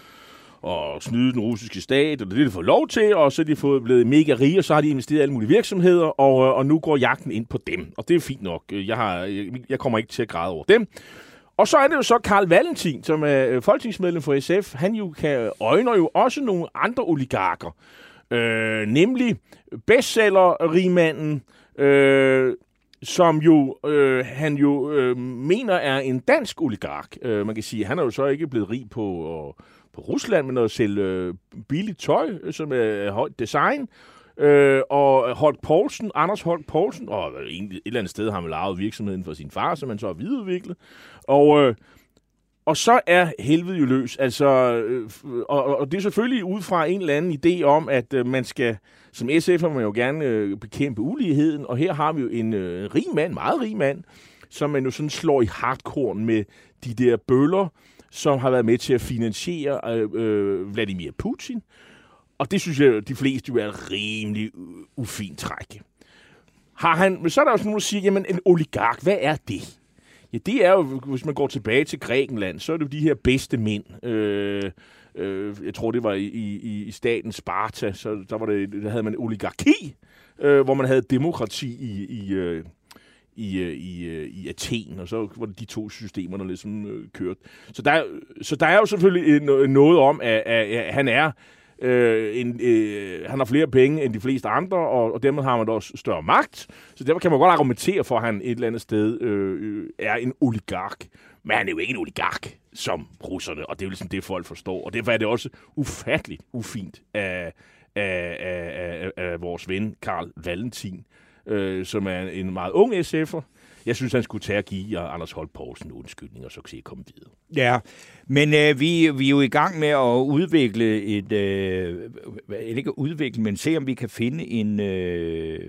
Speaker 4: at snyde den russiske stat, og det er de fået lov til, og så er de fået blevet mega rige, og så har de investeret i alle mulige virksomheder, og, og nu går jagten ind på dem. Og det er fint nok. Jeg, har, jeg, jeg kommer ikke til at græde over dem. Og så er det jo så Carl Valentin, som er folketingsmedlem for S F. Han jo kan øjner jo også nogle andre oligarker. Øh, nemlig bestseller-rigmanden, øh, som jo øh, han jo øh, mener er en dansk oligark. Øh, man kan sige, han er jo så ikke blevet rig på, øh, på Rusland, men at sælge øh, billigt tøj, som er højt design. Øh, og Holk Poulsen, Anders Holk Poulsen, og et eller andet sted har man lavet virksomheden for sin far, som han så har videreudviklet. Og, øh, og så er helvede jo løs. Altså, øh, og, og det er selvfølgelig ud fra en eller anden idé om, at øh, man skal, som S F'er man jo gerne øh, bekæmpe uligheden, og her har vi jo en øh, rig mand, meget rig mand, som man jo sådan slår i hardcore med de der bøller, som har været med til at finansiere øh, øh, Vladimir Putin. Og det synes jeg, de fleste jo er et rimelig ufint træk. Har han, men så er der også nogen, der siger, jamen en oligark, hvad er det? Ja, det er jo, hvis man går tilbage til Grækenland, så er det jo de her bedste mænd. Øh, øh, jeg tror, det var i, i, i staten Sparta, så der, var det, der havde man oligarki, øh, hvor man havde demokrati i, i, øh, i, i, i Athen, og så var det de to systemer, der ligesom øh, kørte. Så der, så der er jo selvfølgelig noget om, at, at, at han er Øh, en, øh, han har flere penge end de fleste andre, og, og dermed har man også større magt. Så derfor kan man godt argumentere for, at han et eller andet sted øh, er en oligark. Men han er jo ikke en oligark, som russerne, og det er jo ligesom det, folk forstår. Og derfor er det også ufatteligt ufint af, af, af, af, af vores ven Carl Valentin, øh, som er en meget ung S F'er. Jeg synes, han skulle tage at give Anders Holk Poulsen undskyldning, og så kan komme videre.
Speaker 3: Ja, men øh, vi, vi er jo i gang med at udvikle et... Øh, ikke udvikle, men se, om vi kan finde en... Øh,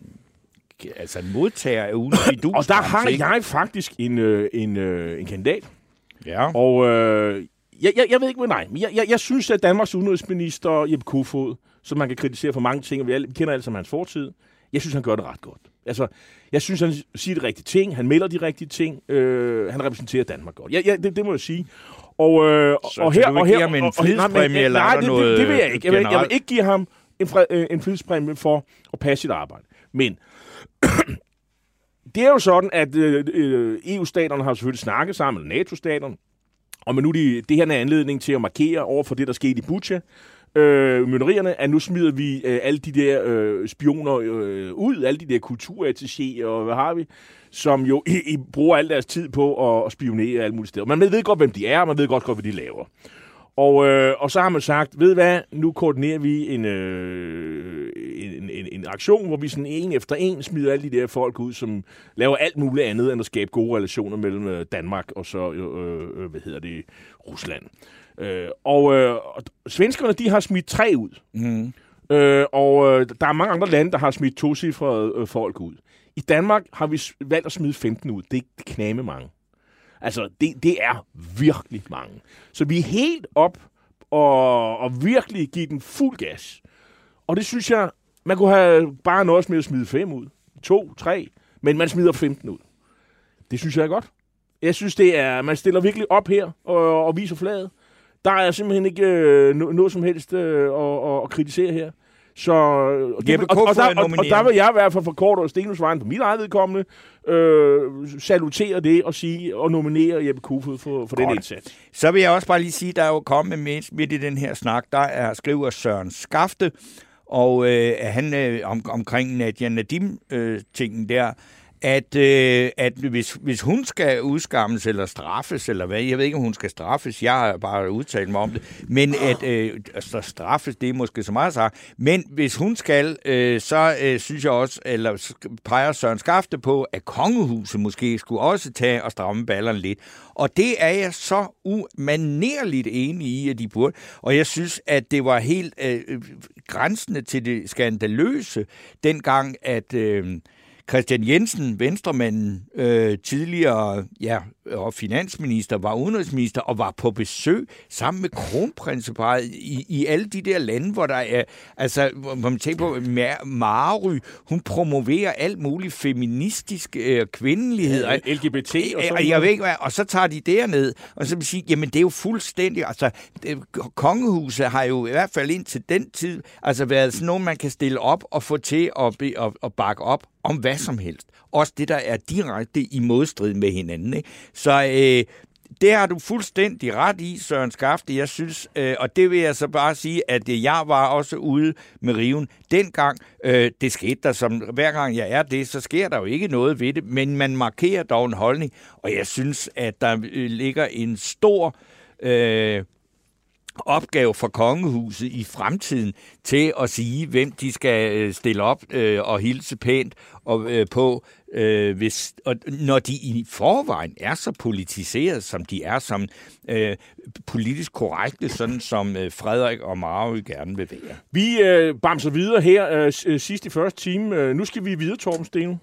Speaker 3: altså en modtager af ugens fidus.
Speaker 4: Og der har jeg faktisk en, øh, en, øh, en kandidat.
Speaker 3: Ja.
Speaker 4: Og øh, jeg, jeg, jeg ved ikke, hvad nej. Jeg, jeg, jeg synes, at Danmarks udenrigsminister Jeppe Kofod, som man kan kritisere for mange ting, og vi, alle, vi kender alle sammen hans fortid, jeg synes, han gør det ret godt. Altså, jeg synes, han siger de rigtige ting, han melder de rigtige ting, øh, han repræsenterer Danmark godt. Ja, ja det, det må jeg sige. Og, øh,
Speaker 3: så,
Speaker 4: og
Speaker 3: så
Speaker 4: her,
Speaker 3: du vil
Speaker 4: og
Speaker 3: give
Speaker 4: her,
Speaker 3: ham en
Speaker 4: og,
Speaker 3: flidspræmie, eller
Speaker 4: nej,
Speaker 3: er der
Speaker 4: det,
Speaker 3: noget
Speaker 4: det, det vil jeg ikke. Jeg vil, jeg vil ikke give ham en, fred, en flidspræmie for at passe sit arbejde. Men det er jo sådan, at øh, E U-staterne har selvfølgelig snakket sammen, eller NATO-staterne, og men nu de, det her er en anledning til at markere over for det, der skete i Bucha, Øh, mynderierne, at nu smider vi øh, alle de der øh, spioner øh, ud, alle de der kulturattachéer, og hvad har vi, som jo I, I bruger al deres tid på at, at spionere alle mulige steder. Man ved godt, hvem de er, og man ved godt, godt hvad de laver. Og, øh, og så har man sagt, ved hvad, nu koordinerer vi en, øh, en, en, en aktion, hvor vi sådan en efter en smider alle de der folk ud, som laver alt muligt andet, end at skabe gode relationer mellem Danmark og så, øh, øh, hvad hedder det, Rusland. Øh, og, øh, og svenskerne, de har smidt tre ud. Mm. Øh, og øh, der er mange andre lande, der har smidt tocifrede øh, folk ud. I Danmark har vi valgt at smide femten ud. Det er kname mange. Altså, det, det er virkelig mange. Så vi er helt op og, og virkelig give den fuld gas. Og det synes jeg, man kunne have bare noget med at smide fem ud. To, tre, men man smider femten ud. Det synes jeg er godt. Jeg synes, det er, man stiller virkelig op her og, og viser flaget. Der er simpelthen ikke øh, noget som helst øh, at, at kritisere her. Så, og, det, og, og, der, og, og der vil jeg i hvert fald for Kort og Stenos vejen på mit eget vedkommende øh, salutere det og sige og nominere Jeppe Kofod for, for den indsats.
Speaker 3: Så vil jeg også bare lige sige, der er jo kommet midt, midt i den her snak, der er skriver Søren Skafte, og øh, han øh, om, omkring Nadia Nadim-tingen øh, der, at, øh, at hvis, hvis hun skal udskammes eller straffes, eller hvad, jeg ved ikke, om hun skal straffes, jeg har bare udtalt mig om det, men at øh, altså, straffes, det er måske så meget sagt, men hvis hun skal, øh, så øh, synes jeg også, eller peger Søren Skafte på, at kongehuset måske skulle også tage og stramme ballerne lidt. Og det er jeg så umanerligt enig i, at de burde. Og jeg synes, at det var helt øh, grænsende til det skandaløse, dengang, at øh, Christian Jensen, venstremanden, øh, tidligere ja, og finansminister, var udenrigsminister og var på besøg sammen med kronprinseparret i, i alle de der lande, hvor der er, altså, hvor man tænker på, Mary, hun promoverer alt muligt feministisk øh, kvindelighed.
Speaker 4: Ja, L G B T og sådan
Speaker 3: og, jeg ved ikke hvad, og så tager de derned, og så vil sige, jamen det er jo fuldstændig, altså, det, kongehuset har jo i hvert fald indtil den tid, altså været sådan noget, man kan stille op og få til at, be, at, at bakke op om hvad som helst. Også det, der er direkte i modstrid med hinanden. Ikke? Så øh, det har du fuldstændig ret i, Søren Skafte. Jeg synes, øh, og det vil jeg så bare sige, at jeg var også ude med riven dengang. Øh, det skete der, som hver gang jeg er det, så sker der jo ikke noget ved det, men man markerer dog en holdning, og jeg synes, at der ligger en stor øh, opgave for kongehuset i fremtiden til at sige, hvem de skal stille op øh, og hilse pænt og, øh, på, øh, hvis, og når de i forvejen er så politiseret, som de er, som øh, politisk korrekte, sådan som øh, Frederik og Marø gerne vil være.
Speaker 4: Vi øh, bamser videre her øh, sidst i første time. Øh, nu skal vi videre, Torben Steno.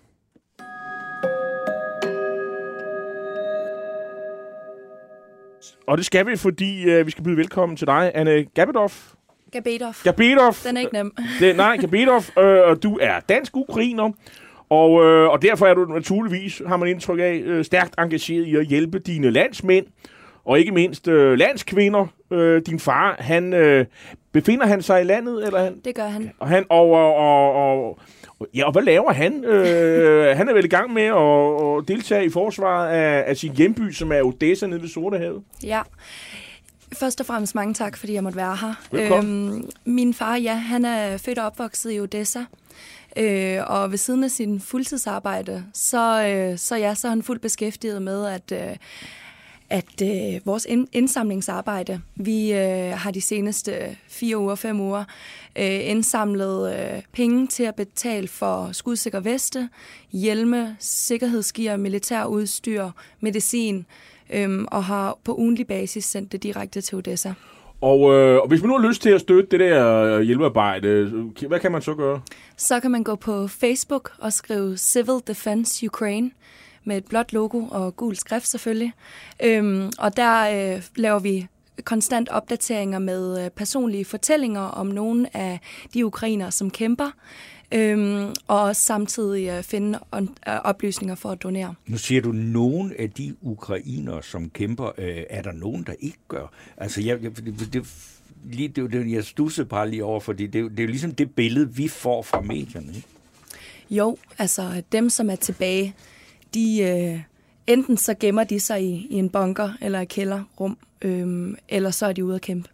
Speaker 4: Og det skal vi, fordi øh, vi skal byde velkommen til dig, Anne Gabedov.
Speaker 7: Gabedov.
Speaker 4: Gabedov.
Speaker 7: Den er ikke nem.
Speaker 4: Det, nej, Gabedov, øh, og du er dansk-ukrainer, og, øh, og derfor er du naturligvis, har man indtryk af, øh, stærkt engageret i at hjælpe dine landsmænd, og ikke mindst øh, landskvinder. Øh, din far, han øh, befinder han sig i landet? Eller han?
Speaker 7: Det gør han.
Speaker 4: Og han og, og, og, og ja, og hvad laver han? Øh, han er vel i gang med at, at deltage i forsvaret af, af sin hjemby, som er Odessa nede ved Sortehavet.
Speaker 7: Ja. Først og fremmest mange tak, fordi jeg måtte være her.
Speaker 4: Velkommen.
Speaker 7: Øhm, min far, ja, han er født og opvokset i Odessa. Øh, og ved siden af sin fuldtidsarbejde, så, øh, så, ja, så er han fuldt beskæftiget med, at... Øh, at øh, vores indsamlingsarbejde, vi øh, har de seneste fire uger, fem uger, øh, indsamlet øh, penge til at betale for skudsikre veste, hjelme, sikkerhedsgear, militærudstyr, medicin, øh, og har på ugentlig basis sendt det direkte til Odessa.
Speaker 4: Og, øh, og hvis man nu har lyst til at støtte det der hjælpearbejde, hvad kan man så gøre?
Speaker 7: Så kan man gå på Facebook og skrive Civil Defense Ukraine, med et blåt logo og gul skrift selvfølgelig. Øhm, og der øh, laver vi konstant opdateringer med øh, personlige fortællinger om nogle af de ukrainere, som kæmper, øhm, og også samtidig øh, finde on, øh, oplysninger for at donere.
Speaker 3: Nu siger du, nogen af de ukrainere, som kæmper, øh, er der nogen, der ikke gør? Altså, jeg, jeg, det, det, lige, det, det, jeg stussede bare lige over, fordi det, det er jo ligesom det billede, vi får fra medierne, ikke?
Speaker 7: Jo, altså dem, som er tilbage, de øh, enten så gemmer de sig i, i en bunker eller et kælderrum, øhm, eller så er de ude at kæmpe.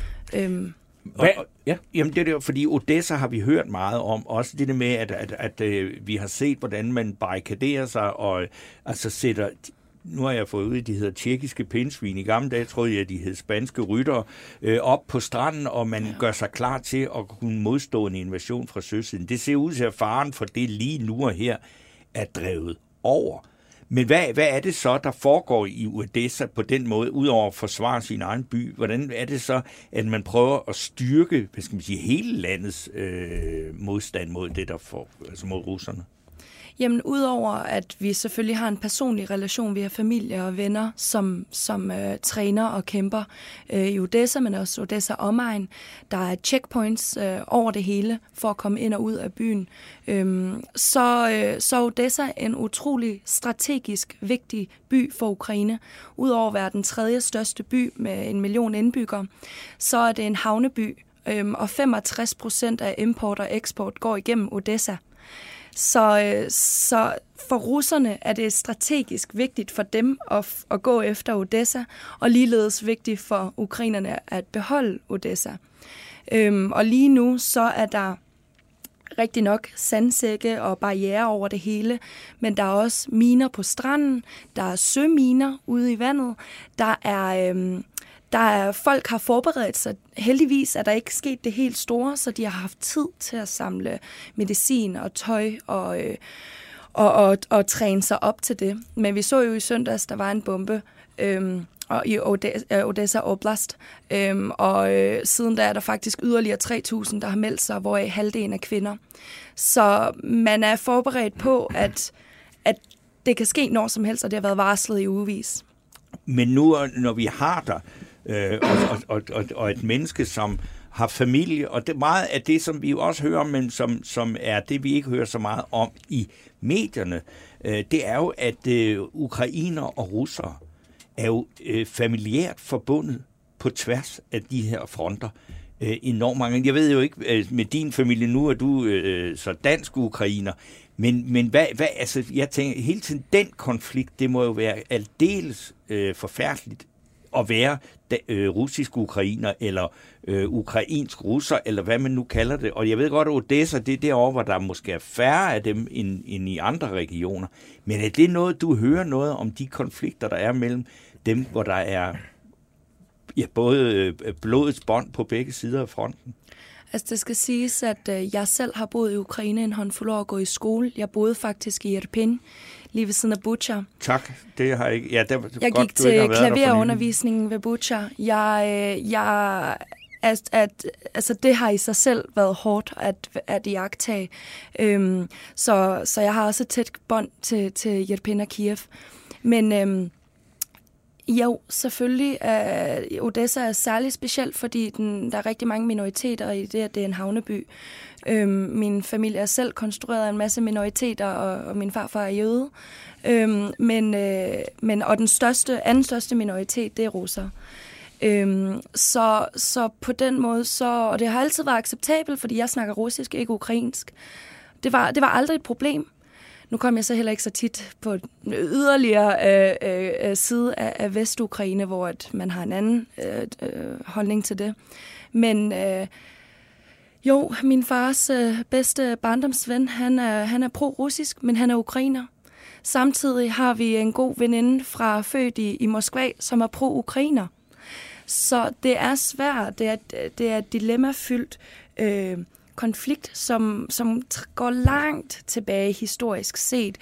Speaker 7: Øhm.
Speaker 3: Og, og, ja. Jamen det er det, fordi Odessa har vi hørt meget om, også det der med, at, at, at, at vi har set, hvordan man barrikaderer sig og altså sætter... Nu har jeg fået ud, at de hedder tjekkiske pindsvin. I gamle dage troede jeg, at de hed spanske ryttere øh, op på stranden, og man ja. gør sig klar til at kunne modstå en invasion fra søsiden. Det ser ud til, at faren for det lige nu og her er drevet over. Men hvad, hvad er det så, der foregår i Odessa på den måde, udover at forsvare sin egen by? Hvordan er det så, at man prøver at styrke, hvad skal man sige, hele landets øh, modstand mod det, der får, altså mod russerne?
Speaker 7: Jamen, udover at vi selvfølgelig har en personlig relation, vi har familie og venner, som, som øh, træner og kæmper øh, i Odessa, men også Odessa omegn. Der er checkpoints øh, over det hele for at komme ind og ud af byen. Øhm, så, øh, så Odessa er en utrolig strategisk vigtig by for Ukraine. Udover at være den tredje største by med en million indbyggere, så er det en havneby, øh, og femogtres procent af import og eksport går igennem Odessa. Så, så for russerne er det strategisk vigtigt for dem at, at gå efter Odessa, og ligeledes vigtigt for ukrainerne at beholde Odessa. Øhm, og lige nu så er der rigtig nok sandsække og barrierer over det hele, men der er også miner på stranden, der er søminer ude i vandet, der er... Øhm, Der er, folk har forberedt sig. Heldigvis er der ikke sket det helt store, så de har haft tid til at samle medicin og tøj og, øh, og, og, og træne sig op til det. Men vi så jo i søndags, der var en bombe øhm, og i Odessa, Odessa Oblast, øhm, og øh, siden der er der faktisk yderligere tre tusind, der har meldt sig, hvoraf halvdelen er kvinder. Så man er forberedt på, at, at det kan ske når som helst, og det har været varslet i ugevis.
Speaker 3: Men nu, når vi har der, øh, og, og, og, og et menneske, som har familie, og det meget af det, som vi jo også hører, men som, som er det, vi ikke hører så meget om i medierne, øh, det er jo, at øh, ukrainer og russere er jo øh, familiært forbundet på tværs af de her fronter. Øh, enormt mange. Jeg ved jo ikke, øh, med din familie nu er du øh, så dansk ukrainer, Men, men hvad, hvad, altså, jeg tænker, hele tiden den konflikt, det må jo være aldeles øh, forfærdeligt at være da, øh, russisk ukrainer, eller øh, ukrainsk russer, eller hvad man nu kalder det. Og jeg ved godt, at Odessa, det er derovre, hvor der måske er færre af dem end, end i andre regioner. Men er det noget, du hører noget om de konflikter, der er mellem dem, hvor der er ja, både blodets bånd på begge sider af fronten?
Speaker 7: Altså, det skal siges, at øh, jeg selv har boet i Ukraine en håndfuld år og gået i skole. Jeg boede faktisk i Irpin, lige ved siden af Bucha.
Speaker 3: Tak, det har jeg ikke. Ja, det,
Speaker 7: jeg
Speaker 3: godt,
Speaker 7: gik til klaverundervisningen ved Bucha. Jeg, øh, jeg, at, at, altså, det har i sig selv været hårdt at, at iagttage. Øhm, så, så jeg har også et tæt bånd til, til Irpin og Kiev. Men øhm, jo, selvfølgelig. Øh, Odessa er særligt specielt, fordi den, der er rigtig mange minoriteter i det, at det er en havneby. Øhm, min familie er selv konstrueret af en masse minoriteter, og, og min farfar er jøde. Øhm, men, øh, men, og den største, anden største minoritet, det er russer. Øhm, så, så på den måde, så, og det har altid været acceptabelt, fordi jeg snakker russisk, ikke ukrainsk. Det var, det var aldrig et problem. Nu kom jeg så heller ikke så tit på en yderligere øh, øh, side af, af Vestukraine, hvor at man har en anden øh, øh, holdning til det. Men øh, jo, min fars øh, bedste barndomsven, han er, han er pro-russisk, men han er ukrainer. Samtidig har vi en god veninde fra født i, i Moskva, som er pro-ukrainer. Så det er svært, det er, det er dilemmafyldt øh, konflikt, som, som går langt tilbage historisk set.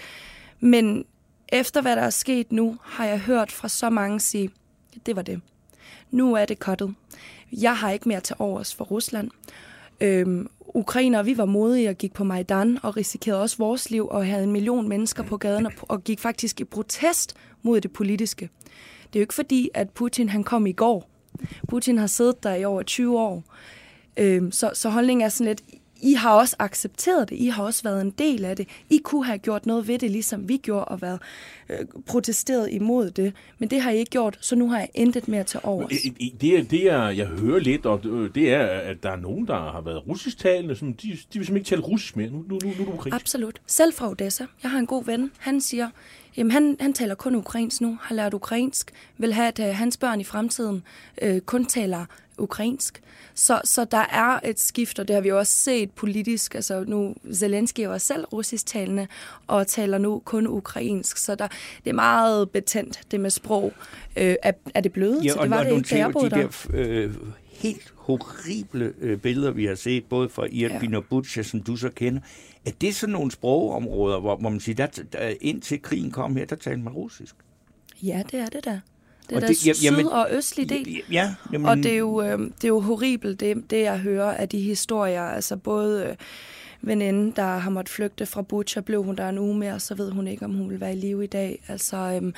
Speaker 7: Men efter hvad der er sket nu, har jeg hørt fra så mange sige, det var det. Nu er det cuttet. Jeg har ikke mere til overs for Rusland. Øhm, Ukrainer, vi var modige og gik på Majdan og risikerede også vores liv og havde en million mennesker på gaden og, og gik faktisk i protest mod det politiske. Det er jo ikke fordi, at Putin han kom i går. Putin har siddet der i over tyve år. Øhm, så, så holdningen er sådan lidt, I har også accepteret det, I har også været en del af det. I kunne have gjort noget ved det, ligesom vi gjorde, og været øh, protesteret imod det. Men det har I ikke gjort, så nu har jeg intet mere til overs.
Speaker 4: Det, det jeg, jeg hører lidt, og det er, at der er nogen, der har været russisktalende, som de, de vil simpelthen ikke tale russisk mere. Nu, nu, nu, nu er du ukrainsk.
Speaker 7: Absolut. Selv fra Odessa. Jeg har en god ven. Han siger, jamen han, han taler kun ukrainsk nu, har lært ukrainsk, vil have, at uh, hans børn i fremtiden uh, kun taler ukrainsk. Så, så der er et skift, og det har vi også set politisk. Altså nu, Zelensky var selv russisktalende og taler nu kun ukrainsk. Så der, det er meget betændt, det med sprog. Øh, er, er det bløde?
Speaker 3: Ja,
Speaker 7: så det var
Speaker 3: og,
Speaker 7: det
Speaker 3: og
Speaker 7: ikke, da jeg boede
Speaker 3: de
Speaker 7: der.
Speaker 3: der øh, helt horrible øh, billeder, vi har set, både fra Irpin ja. og Bucha, som du så kender. Er det sådan nogle sprogområder, hvor, hvor man siger, der, der, indtil krigen kom her, der talte man russisk?
Speaker 7: Ja, det er det da. Det er
Speaker 3: og
Speaker 7: der
Speaker 3: det,
Speaker 7: syd-
Speaker 3: jamen,
Speaker 7: og østlig del.
Speaker 3: Ja, jamen,
Speaker 7: og det er, jo, øh, det er jo horribelt, det, det jeg hører af de historier. Altså både øh, veninden, der har måttet flygte fra Bucha, blev hun der en uge mere, så ved hun ikke, om hun vil være i live i dag. Altså øh,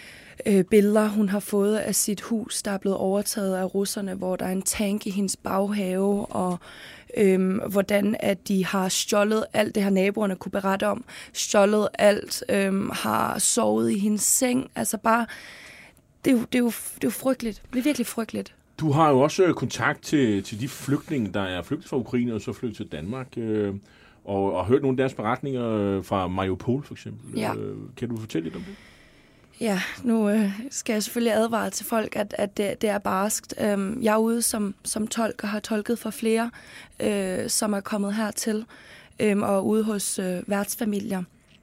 Speaker 7: øh, billeder, hun har fået af sit hus, der er blevet overtaget af russerne, hvor der er en tank i hendes baghave, og Øhm, hvordan at de har stjålet alt, det har naboerne kunne berette om, stjålet alt, øhm, har sovet i hendes seng, altså bare, det er jo, det er jo, det er jo frygteligt, det er virkelig frygteligt.
Speaker 4: Du har jo også kontakt til, til de flygtninge, der er flygtet fra Ukraine og så flygtet til Danmark, øh, og, og hørt nogle af deres beretninger fra Mariupol for eksempel.
Speaker 7: Ja.
Speaker 4: Øh, kan du fortælle lidt om det?
Speaker 7: Ja, nu øh, skal jeg selvfølgelig advare til folk, at, at det, det er barskt. Øhm, jeg er ude som, som tolk og har tolket for flere, øh, som er kommet hertil, øh, og ude hos øh, værtsfamilier.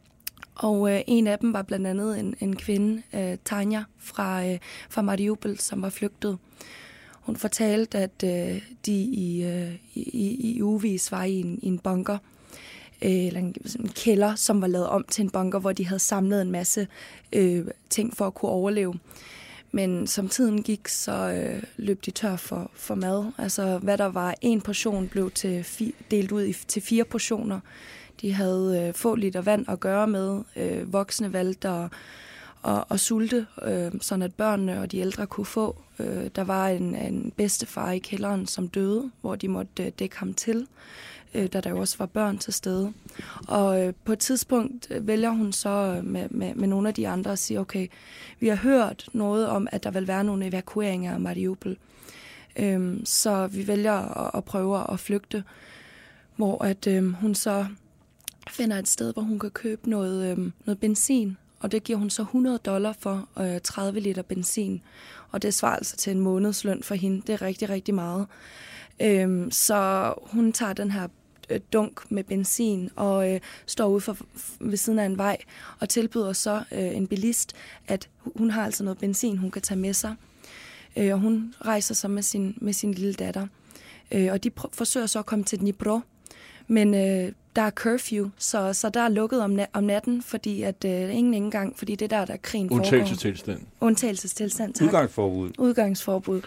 Speaker 7: Og øh, en af dem var blandt andet en, en kvinde, øh, Tanja, fra, øh, fra Mariupol, som var flygtet. Hun fortalte, at øh, de i, øh, i, i ugevis var i en, i en bunker, eller en, en kælder, som var lavet om til en bunker, hvor de havde samlet en masse øh, ting for at kunne overleve. Men som tiden gik, så øh, løb de tør for, for mad. Altså, hvad der var en portion, blev til fi, delt ud i, til fire portioner. De havde øh, få liter vand at gøre med. Øh, voksne valgte at og, og sulte, øh, sådan at børnene og de ældre kunne få. Øh, der var en, en bedstefar i kælderen, som døde, hvor de måtte øh, dække ham til, øh, da der jo også var børn til stede. Og øh, på et tidspunkt vælger hun så med, med, med nogle af de andre at sige, okay, vi har hørt noget om, at der vil være nogle evakueringer af Mariupol. Øh, så vi vælger at, at prøve at flygte, hvor at, øh, hun så finder et sted, hvor hun kan købe noget, øhm, noget benzin, og det giver hun så hundrede dollar for øh, tredive liter benzin. Og det svarer altså til en månedsløn for hende. Det er rigtig, rigtig meget. Øhm, så hun tager den her øh, dunk med benzin og øh, står ude for, ved siden af en vej og tilbyder så øh, en bilist, at hun har altså noget benzin, hun kan tage med sig. Øh, og hun rejser så med sin, med sin lille datter. Øh, og de pr- forsøger så at komme til Dnipro. Men øh, der er curfew, så, så der er lukket om, na- om natten, fordi at øh, ingen indgang, fordi det der, der er krigen foregår.
Speaker 4: Undtagelsestilstand.
Speaker 7: Undtagelsestilstand, tak.
Speaker 3: Udgangsforbud.
Speaker 7: Udgangsforbud.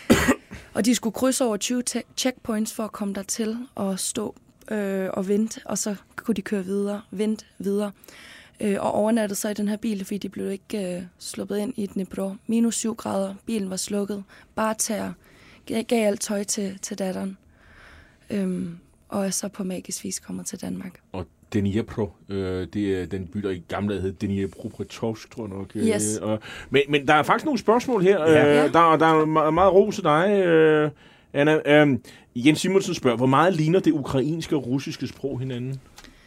Speaker 7: Og de skulle krydse over tyve te- checkpoints for at komme dertil og stå øh, og vente, og så kunne de køre videre, vente videre. Øh, og overnattede så i den her bil, fordi de blev ikke øh, sluppet ind i Dnipro. Minus syv grader, bilen var slukket, bare tæer, gav, gav alt tøj til, til datteren. Øhm, og er så på magisk vis kommet til Danmark.
Speaker 4: Og Dnipro, øh, det er den by, der i gamle dage hed Dnipropetrovsk, tror jeg nok.
Speaker 7: Yes.
Speaker 4: Øh, og, men, men der er faktisk nogle spørgsmål her.
Speaker 3: Ja.
Speaker 4: Øh, der, der er meget, meget ros til dig, øh, Anna. Øh, Jens Simonsen spørger, hvor meget ligner det ukrainske og russiske sprog hinanden?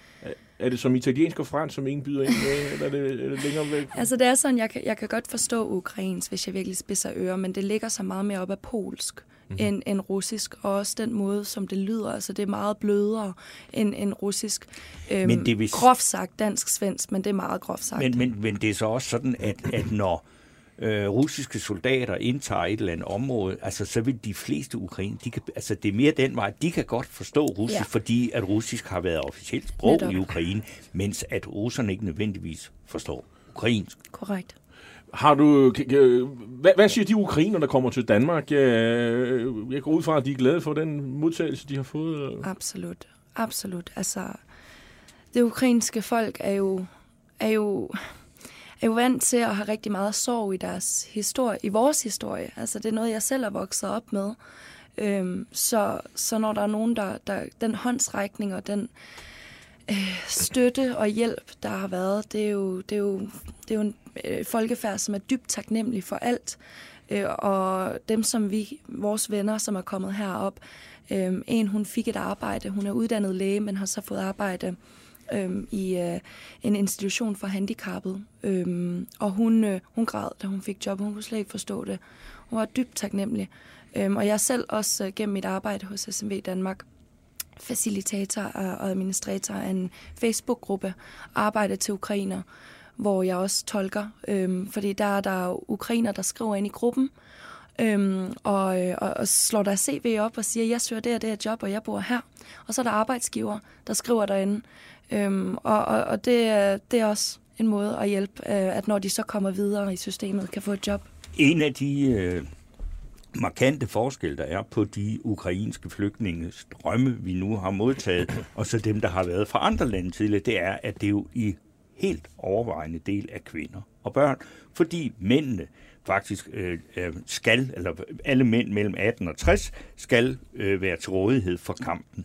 Speaker 4: Er det som italiensk og fransk, som ingen byder ind med, eller er det, er det længere væk?
Speaker 7: Altså det er sådan, jeg kan, jeg kan godt forstå ukrainsk, hvis jeg virkelig spidser ører, men det ligger så meget mere op af polsk mm-hmm. end, end russisk, og også den måde, som det lyder. Altså det er meget blødere end, end russisk. Øhm,
Speaker 3: Men det vil...
Speaker 7: Groft sagt, dansk-svensk, men det er meget groft sagt.
Speaker 3: Men, men, men det er så også sådan, at, at når øh, russiske soldater indtager et eller andet område, altså så vil de fleste ukrainer, de kan, altså det er mere den vej, de kan godt forstå russisk, ja. fordi at russisk har været officielt sprog Netop. i Ukraine, mens at russerne ikke nødvendigvis forstår ukrainsk.
Speaker 7: Korrekt.
Speaker 4: Har du, hvad, hvad siger de ukrainer, der kommer til Danmark? Jeg, jeg går ud fra, at de er glade for den modtagelse, de har fået.
Speaker 7: Absolut, absolut. Altså, det ukrainske folk er jo, er jo, er jo vant til at have rigtig meget sorg i deres historie, i vores historie. Altså, det er noget, jeg selv er vokset op med. Øhm, så, så når der er nogen, der, der den håndsrækning og den øh, støtte og hjælp, der har været, det er jo, det er jo, det er jo en øh, folkefærd, som er dybt taknemmelig for alt. Øh, og dem, som vi, vores venner, som er kommet herop, øh, en, hun fik et arbejde, hun er uddannet læge, men har så fået arbejde Øhm, i øh, en institution for handicappede. Øhm, og hun, øh, hun græd, da hun fik job. Hun kunne slet ikke forstå det. Hun var dybt taknemmelig. Øhm, og jeg selv også øh, gennem mit arbejde hos S M V Danmark, facilitator og administrator af en Facebook-gruppe, arbejde til ukrainer, hvor jeg også tolker. Øhm, fordi der er der ukrainer, der skriver ind i gruppen, Øhm, og, og, og slår der C V op og siger, jeg søger det og det her job, og jeg bor her. Og så er der arbejdsgiver, der skriver derinde. Øhm, og og, og det, det er også en måde at hjælpe, øh, at når de så kommer videre i systemet, kan få et job.
Speaker 3: En af de øh, markante forskelle, der er på de ukrainske flygtninges drømme, vi nu har modtaget, og så dem, der har været fra andre lande tidligere, det er, at det er jo i helt overvejende del af kvinder og børn, fordi mændene faktisk øh, skal, eller alle mænd mellem atten og tres, skal øh, være til rådighed for kampen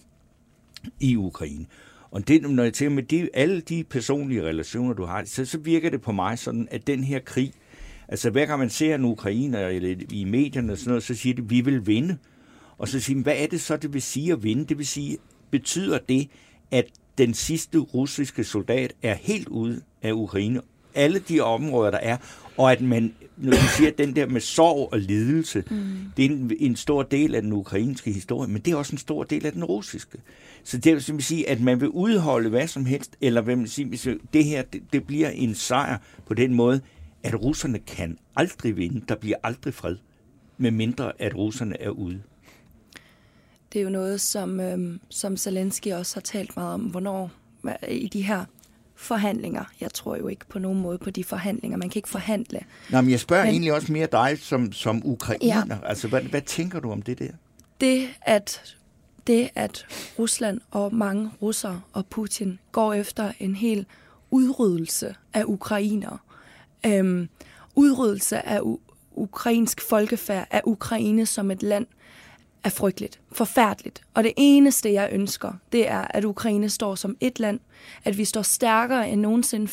Speaker 3: i Ukraine. Og det, når jeg tænker med de, alle de personlige relationer, du har, så, så virker det på mig sådan, at den her krig, altså hver gang man ser en ukrainer eller i medierne og sådan noget, så siger de, vi vil vinde. Og så siger man, hvad er det så, det vil sige at vinde? Det vil sige, betyder det, at den sidste russiske soldat er helt ude af Ukraine, alle de områder, der er, og at man, når du siger, at den der med sorg og lidelse, mm. det er en, en stor del af den ukrainske historie, men det er også en stor del af den russiske. Så det vil simpelthen sige, at man vil udholde hvad som helst, eller hvad man siger, det her, det, det bliver en sejr på den måde, at russerne kan aldrig vinde, der bliver aldrig fred, medmindre at russerne er ude.
Speaker 7: Det er jo noget, som, øhm, som Zelensky også har talt meget om, hvornår i de her forhandlinger. Jeg tror jo ikke på nogen måde på de forhandlinger. Man kan ikke forhandle.
Speaker 3: Nå, men jeg spørger men, egentlig også mere dig som, som ukrainer. Ja. Altså, hvad, hvad tænker du om det der?
Speaker 7: Det at, det, at Rusland og mange russere og Putin går efter en hel udryddelse af ukrainere, øhm, udryddelse af u- ukrainsk folkefærd, af Ukraine som et land, er frygteligt, forfærdeligt. Og det eneste, jeg ønsker, det er, at Ukraine står som et land, at vi står stærkere end nogensinde før,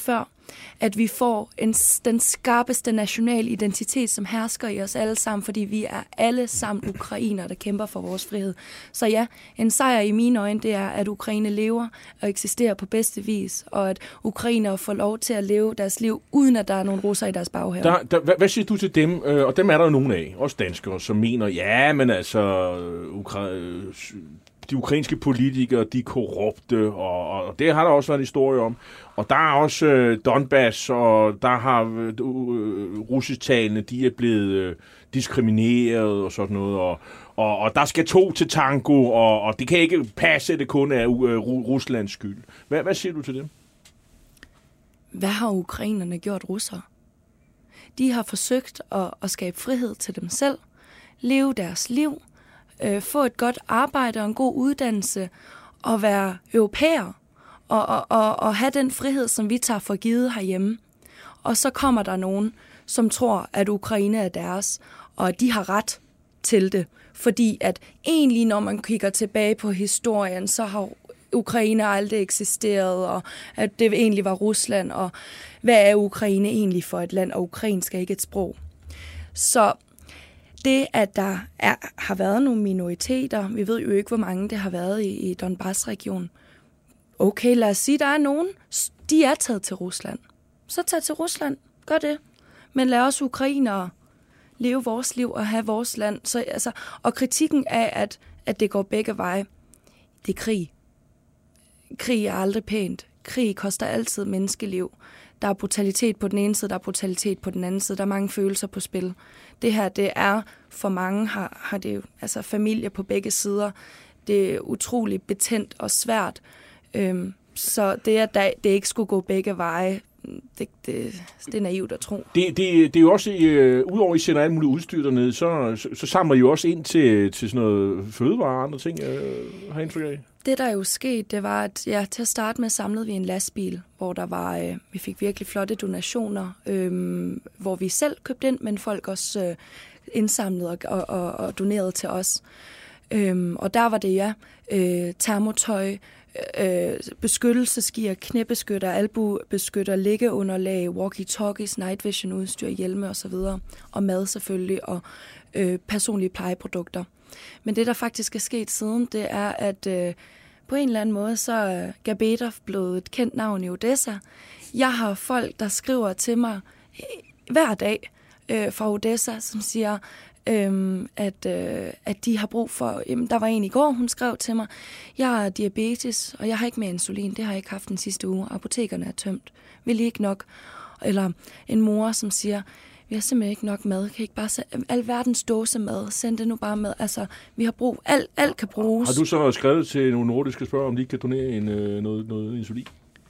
Speaker 7: at vi får en, den skarpeste nationale identitet, som hersker i os alle sammen, fordi vi er alle sammen ukrainer, der kæmper for vores frihed. Så ja, en sejr i mine øjne, det er, at Ukraine lever og eksisterer på bedste vis, og at ukrainere får lov til at leve deres liv, uden at der er nogen russer i deres baghave.
Speaker 4: Der, der, hvad, hvad siger du til dem, øh, og dem er der jo nogen af, også danskere, som mener, ja, men altså, Ukra- de ukrainske politikere, de er korrupte, og, og det har der også været en historie om. Og der er også øh, Donbass, og der har øh, russisktalende, de er blevet øh, diskrimineret og sådan noget, og, og, og der skal to til tango, og, og det kan ikke passe, at det kun er øh, Ruslands skyld. Hvad, hvad siger du til dem?
Speaker 7: Hvad har ukrainerne gjort russere? De har forsøgt at, at skabe frihed til dem selv, leve deres liv, øh, få et godt arbejde og en god uddannelse, og være europæer, og, og, og, og have den frihed, som vi tager for givet herhjemme. Og så kommer der nogen, som tror, at Ukraine er deres, og at de har ret til det. Fordi at egentlig, når man kigger tilbage på historien, så har Ukraine aldrig eksisteret, og at det egentlig var Rusland, og hvad er Ukraine egentlig for et land, og ukrainsk er ikke et sprog. Så det, at der er, har været nogle minoriteter, vi ved jo ikke, hvor mange det har været i, i Donbass-regionen. Okay, lad os sige, der er nogen, de er taget til Rusland. Så tag til Rusland, gør det. Men lad os ukrainere leve vores liv og have vores land. Så, altså, og kritikken af, at, at det går begge veje, det er krig. Krig er aldrig pænt. Krig koster altid menneskeliv. Der er brutalitet på den ene side, der er brutalitet på den anden side. Der er mange følelser på spil. Det her, det er for mange, har, har det jo, altså familie på begge sider. Det er utroligt betændt og svært. Øhm, så det, at der, det ikke skulle gå begge veje, det, det, det er naivt at tro. Det,
Speaker 4: det, det er jo også, øh, udover at I sender alt muligt udstyr dernede, så, så, så samler I jo også ind til, til sådan noget fødevarer og andre ting, øh, har indtryk af.
Speaker 7: Det, der jo skete, det var, at ja, til at starte med samlede vi en lastbil, hvor der var, øh, vi fik virkelig flotte donationer, øh, hvor vi selv købte ind, men folk også øh, indsamlede og, og, og donerede til os. Øh, og der var det, ja, øh, termotøj, øh, beskyttelsesgear, knæbeskytter, albubeskytter, liggeunderlag, walkie-talkies, night vision udstyr, hjelme osv. Og mad selvfølgelig, og øh, personlige plejeprodukter. Men det, der faktisk er sket siden, det er, at øh, på en eller anden måde, så er Gabetov blevet et kendt navn i Odessa. Jeg har folk, der skriver til mig hver dag øh, fra Odessa, som siger, øh, at, øh, at de har brug for... Jamen, der var en i går, hun skrev til mig, jeg har diabetes, og jeg har ikke mere insulin. Det har jeg ikke haft den sidste uge. Apotekerne er tømt. Vil I ikke nok? Eller en mor, som siger... Vi har simpelthen ikke nok mad. Kan I ikke bare sende al verdens dåse mad? Send det nu bare med. Altså, vi har brug. Alt, alt kan bruges.
Speaker 4: Har du så skrevet til nogle nordiske spørg, om de kan donere en, noget, noget insulin?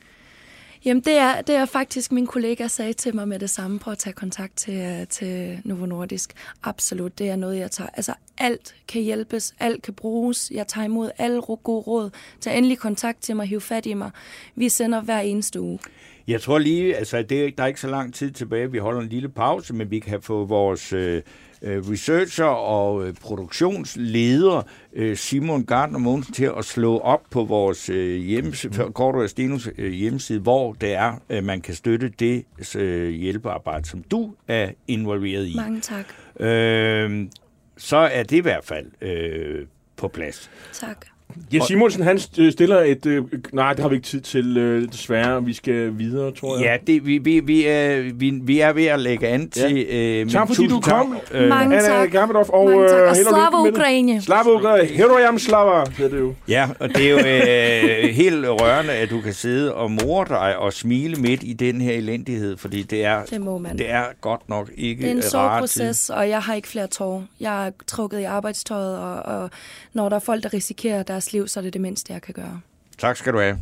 Speaker 7: Jamen, det er, det er faktisk, min kollega sagde til mig med det samme. Prøv at tage kontakt til, til Novo Nordisk. Absolut, det er noget, jeg tager. Altså, alt kan hjælpes. Alt kan bruges. Jeg tager imod alle gode råd. Tag endelig kontakt til mig. Hiv fat i mig. Vi sender hver eneste uge.
Speaker 3: Jeg tror lige, altså det, der er ikke så lang tid tilbage, vi holder en lille pause, men vi kan få vores øh, researcher og øh, produktionsleder øh, Simon Gardner Mogensen til at slå op på vores øh, hjemmeside, Cordua & Stenos øh, hjemmeside, hvor det er, øh, man kan støtte det øh, hjælpearbejde, som du er involveret i.
Speaker 7: Mange tak.
Speaker 3: Øh, så er det i hvert fald øh, på plads.
Speaker 7: Tak.
Speaker 4: Jens Simonsen, han stiller et... Øh, nej, det har vi ikke tid til, øh, desværre. Vi skal videre, tror jeg.
Speaker 3: Ja, det, vi, vi, vi, er, vi, vi er ved at lægge an til...
Speaker 4: Ja. Øh, tak, fordi du kom.
Speaker 7: Øh, Mange tak.
Speaker 4: Anna Gamedov, og,
Speaker 7: Mange tak. Og
Speaker 4: øh,
Speaker 7: slava Ukraine.
Speaker 4: Slava Ukraine. Heroyam slava, hedder det jo.
Speaker 3: Ja, og det er jo øh, helt rørende, at du kan sidde og more dig og smile midt i den her elendighed, fordi det er,
Speaker 7: det må man.
Speaker 3: Det er godt nok ikke
Speaker 7: det er en
Speaker 3: sorgproces,
Speaker 7: og jeg har ikke flere tårer. Jeg er trukket i arbejdstøjet, og, og når der er folk, der risikerer deres liv, så er det det mindste, jeg kan gøre.
Speaker 3: Tak skal du have.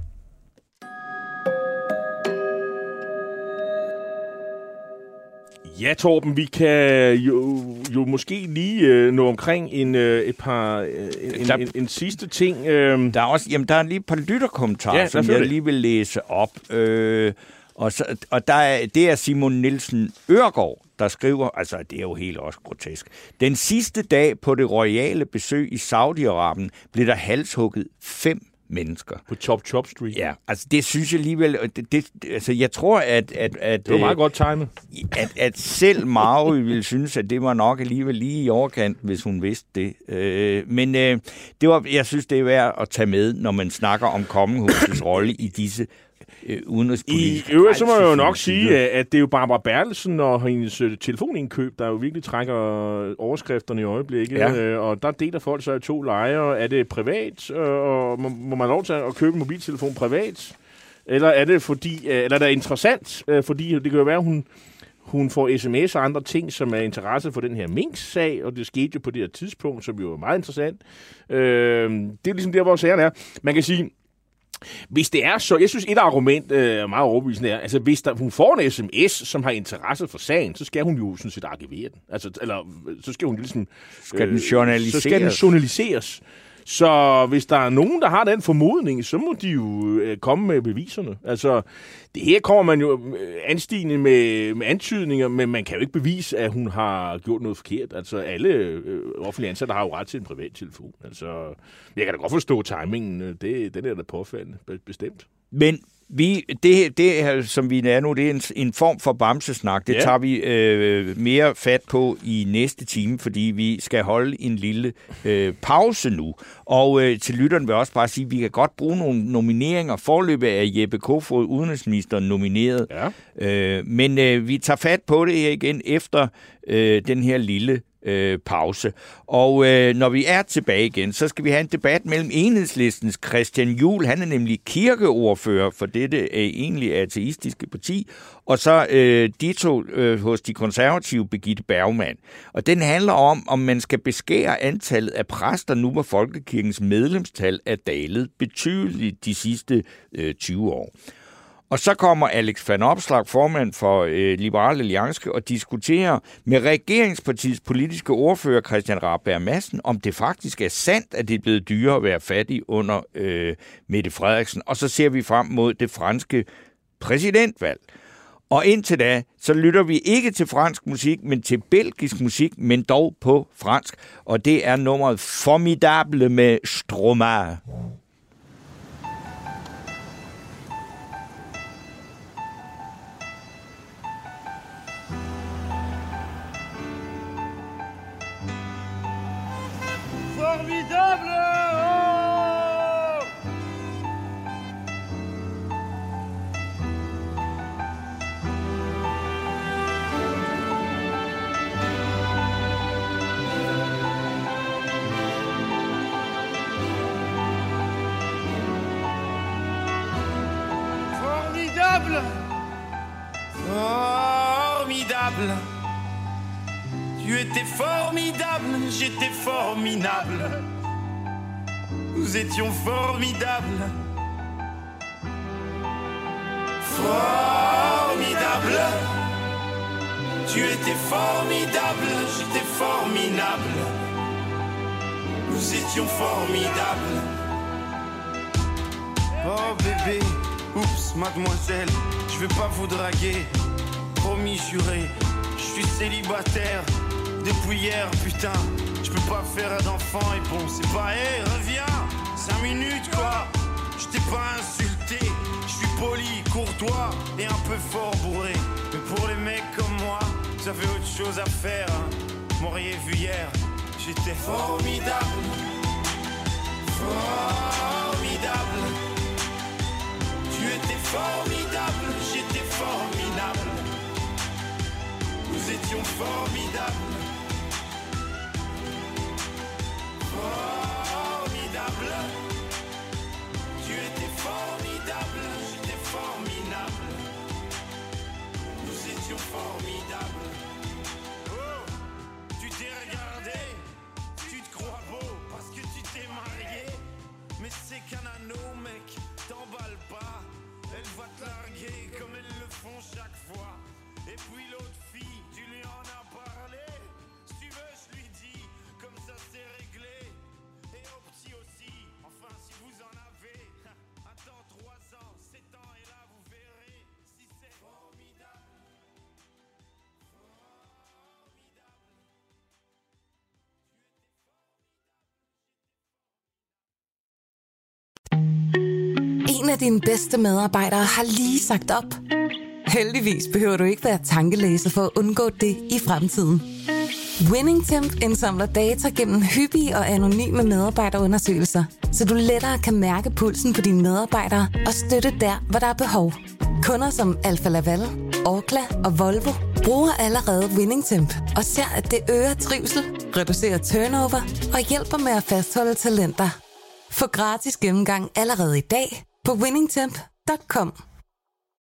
Speaker 4: Ja, Torben, vi kan jo, jo måske lige øh, nå omkring en, øh, et par, øh, en, der, en, en sidste ting. Øh.
Speaker 3: Der er også, jamen, der er lige et par lytterkommentarer, ja, som jeg lige vil læse op. Øh, og så, og der er, det er Simon Nielsen Øregård, der skriver, altså det er jo helt også grotesk. Den sidste dag på det royale besøg i Saudi-Arabien blev der halshugget fem mennesker.
Speaker 4: På Chop Chop Street.
Speaker 3: Ja, altså det synes jeg alligevel, det, det, altså jeg tror, at... at, at
Speaker 4: det var meget øh, godt timet.
Speaker 3: At, at selv Mary ville synes, at det var nok alligevel lige i overkant, hvis hun vidste det. Øh, men øh, det var, jeg synes, det er værd at tage med, når man snakker om kongehusets rolle i disse øh, udenrigspolitiske...
Speaker 4: I øvrigt, så må jeg jo nok sige, at det er jo Barbara Bertelsen og hendes telefonindkøb, der jo virkelig trækker overskrifterne i øjeblikket. Ja. Og der deler folk så i to lejre. Er det privat, og må man lov til at købe en mobiltelefon privat? Eller er det fordi, eller er det interessant, fordi det kan jo være, at hun, hun får sms og andre ting, som er interesse for den her Minks-sag, og det skete jo på det her tidspunkt, som jo er meget interessant. Øh, det er ligesom der, hvor sagerne er. Man kan sige, hvis det er så, jeg synes et argument er øh, meget overbevisende er, altså hvis der, hun får en sms, som har interesse for sagen, så skal hun jo sådan set arkivere den. Altså, eller så skal hun ligesom...
Speaker 3: Skal den journaliseres?
Speaker 4: Øh, så skal den journaliseres. Så hvis der er nogen, der har den formodning, så må de jo øh, komme med beviserne. Altså, det her kommer man jo anstigende med, med antydninger, men man kan jo ikke bevise, at hun har gjort noget forkert. Altså, alle øh, offentlige ansatte har jo ret til en privat telefon. Altså, jeg kan da godt forstå timingen. Det, den er da påfaldende, bestemt.
Speaker 3: Men vi, det, det her, som vi er nu, det er en, en form for bamsesnak. Det ja. tager vi øh, mere fat på i næste time, fordi vi skal holde en lille øh, pause nu. Og øh, til lytteren vil jeg også bare sige, at vi kan godt bruge nogle nomineringer. Forløbet af Jeppe Kofod, udenrigsministeren, nomineret. Ja. Øh, men øh, vi tager fat på det her igen efter øh, den her lille Øh, pause. Og øh, når vi er tilbage igen, så skal vi have en debat mellem Enhedslistens Christian Juhl, han er nemlig kirkeordfører for dette øh, egentlig ateistiske parti, og så øh, de to øh, hos de konservative Birgitte Bergman. Og den handler om, om man skal beskære antallet af præster nu, hvor folkekirkens medlemstal er dalet betydeligt de sidste øh, tyve år. Og så kommer Alex Van Opslark, formand for øh, Liberal Alliance, og diskuterer med regeringspartiets politiske ordfører Christian Rabjerg Madsen, om det faktisk er sandt, at det er blevet dyrere at være fattig under øh, Mette Frederiksen. Og så ser vi frem mod det franske præsidentvalg. Og indtil da, så lytter vi ikke til fransk musik, men til belgisk musik, men dog på fransk. Og det er nummeret Formidable med Stromae.
Speaker 8: Formidable, oh! Formidable, formidable. Tu étais formidable, j'étais formidable. Nous étions formidables. Formidable. Tu étais formidable, j'étais formidable. Nous étions formidables. Oh bébé, oups, mademoiselle, je vais pas vous draguer. Promis, juré, je suis célibataire. Depuis hier, putain, je peux pas faire d'enfant et bon, c'est pas, hé, hey, reviens, cinq minutes quoi, je t'ai pas insulté, je suis poli, courtois et un peu fort bourré, mais pour les mecs comme moi, ça fait autre chose à faire, hein. M'auriez vu hier, j'étais formidable, formidable, tu étais formidable, j'étais formidable, nous étions formidables. Formidable. Tu étais formidable, j'étais formidable. Nous étions formidables. Oh, tu t'es regardé, tu te crois beau parce que tu t'es marié. Mais c'est qu'un anneau, mec, t'emballe pas. Elle va te larguer comme elles le font chaque fois. Et puis l'autre fille, tu lui en as parlé. Si tu veux, je lui dis, comme ça c'est réglé. Et au petit aussi, enfin si vous en avez. Attends trois ans, sept ans et là vous verrez si c'est formidable.
Speaker 1: En af dine bedste medarbejdere har lige sagt op. Heldigvis behøver du ikke være tankelæser for at undgå det i fremtiden. WinningTemp indsamler data gennem hyppige og anonyme medarbejderundersøgelser, så du lettere kan mærke pulsen på dine medarbejdere og støtte der, hvor der er behov. Kunder som Alfa Laval, Orkla og Volvo bruger allerede WinningTemp og ser, at det øger trivsel, reducerer turnover og hjælper med at fastholde talenter. Få gratis gennemgang allerede i dag på winningtemp punktum com.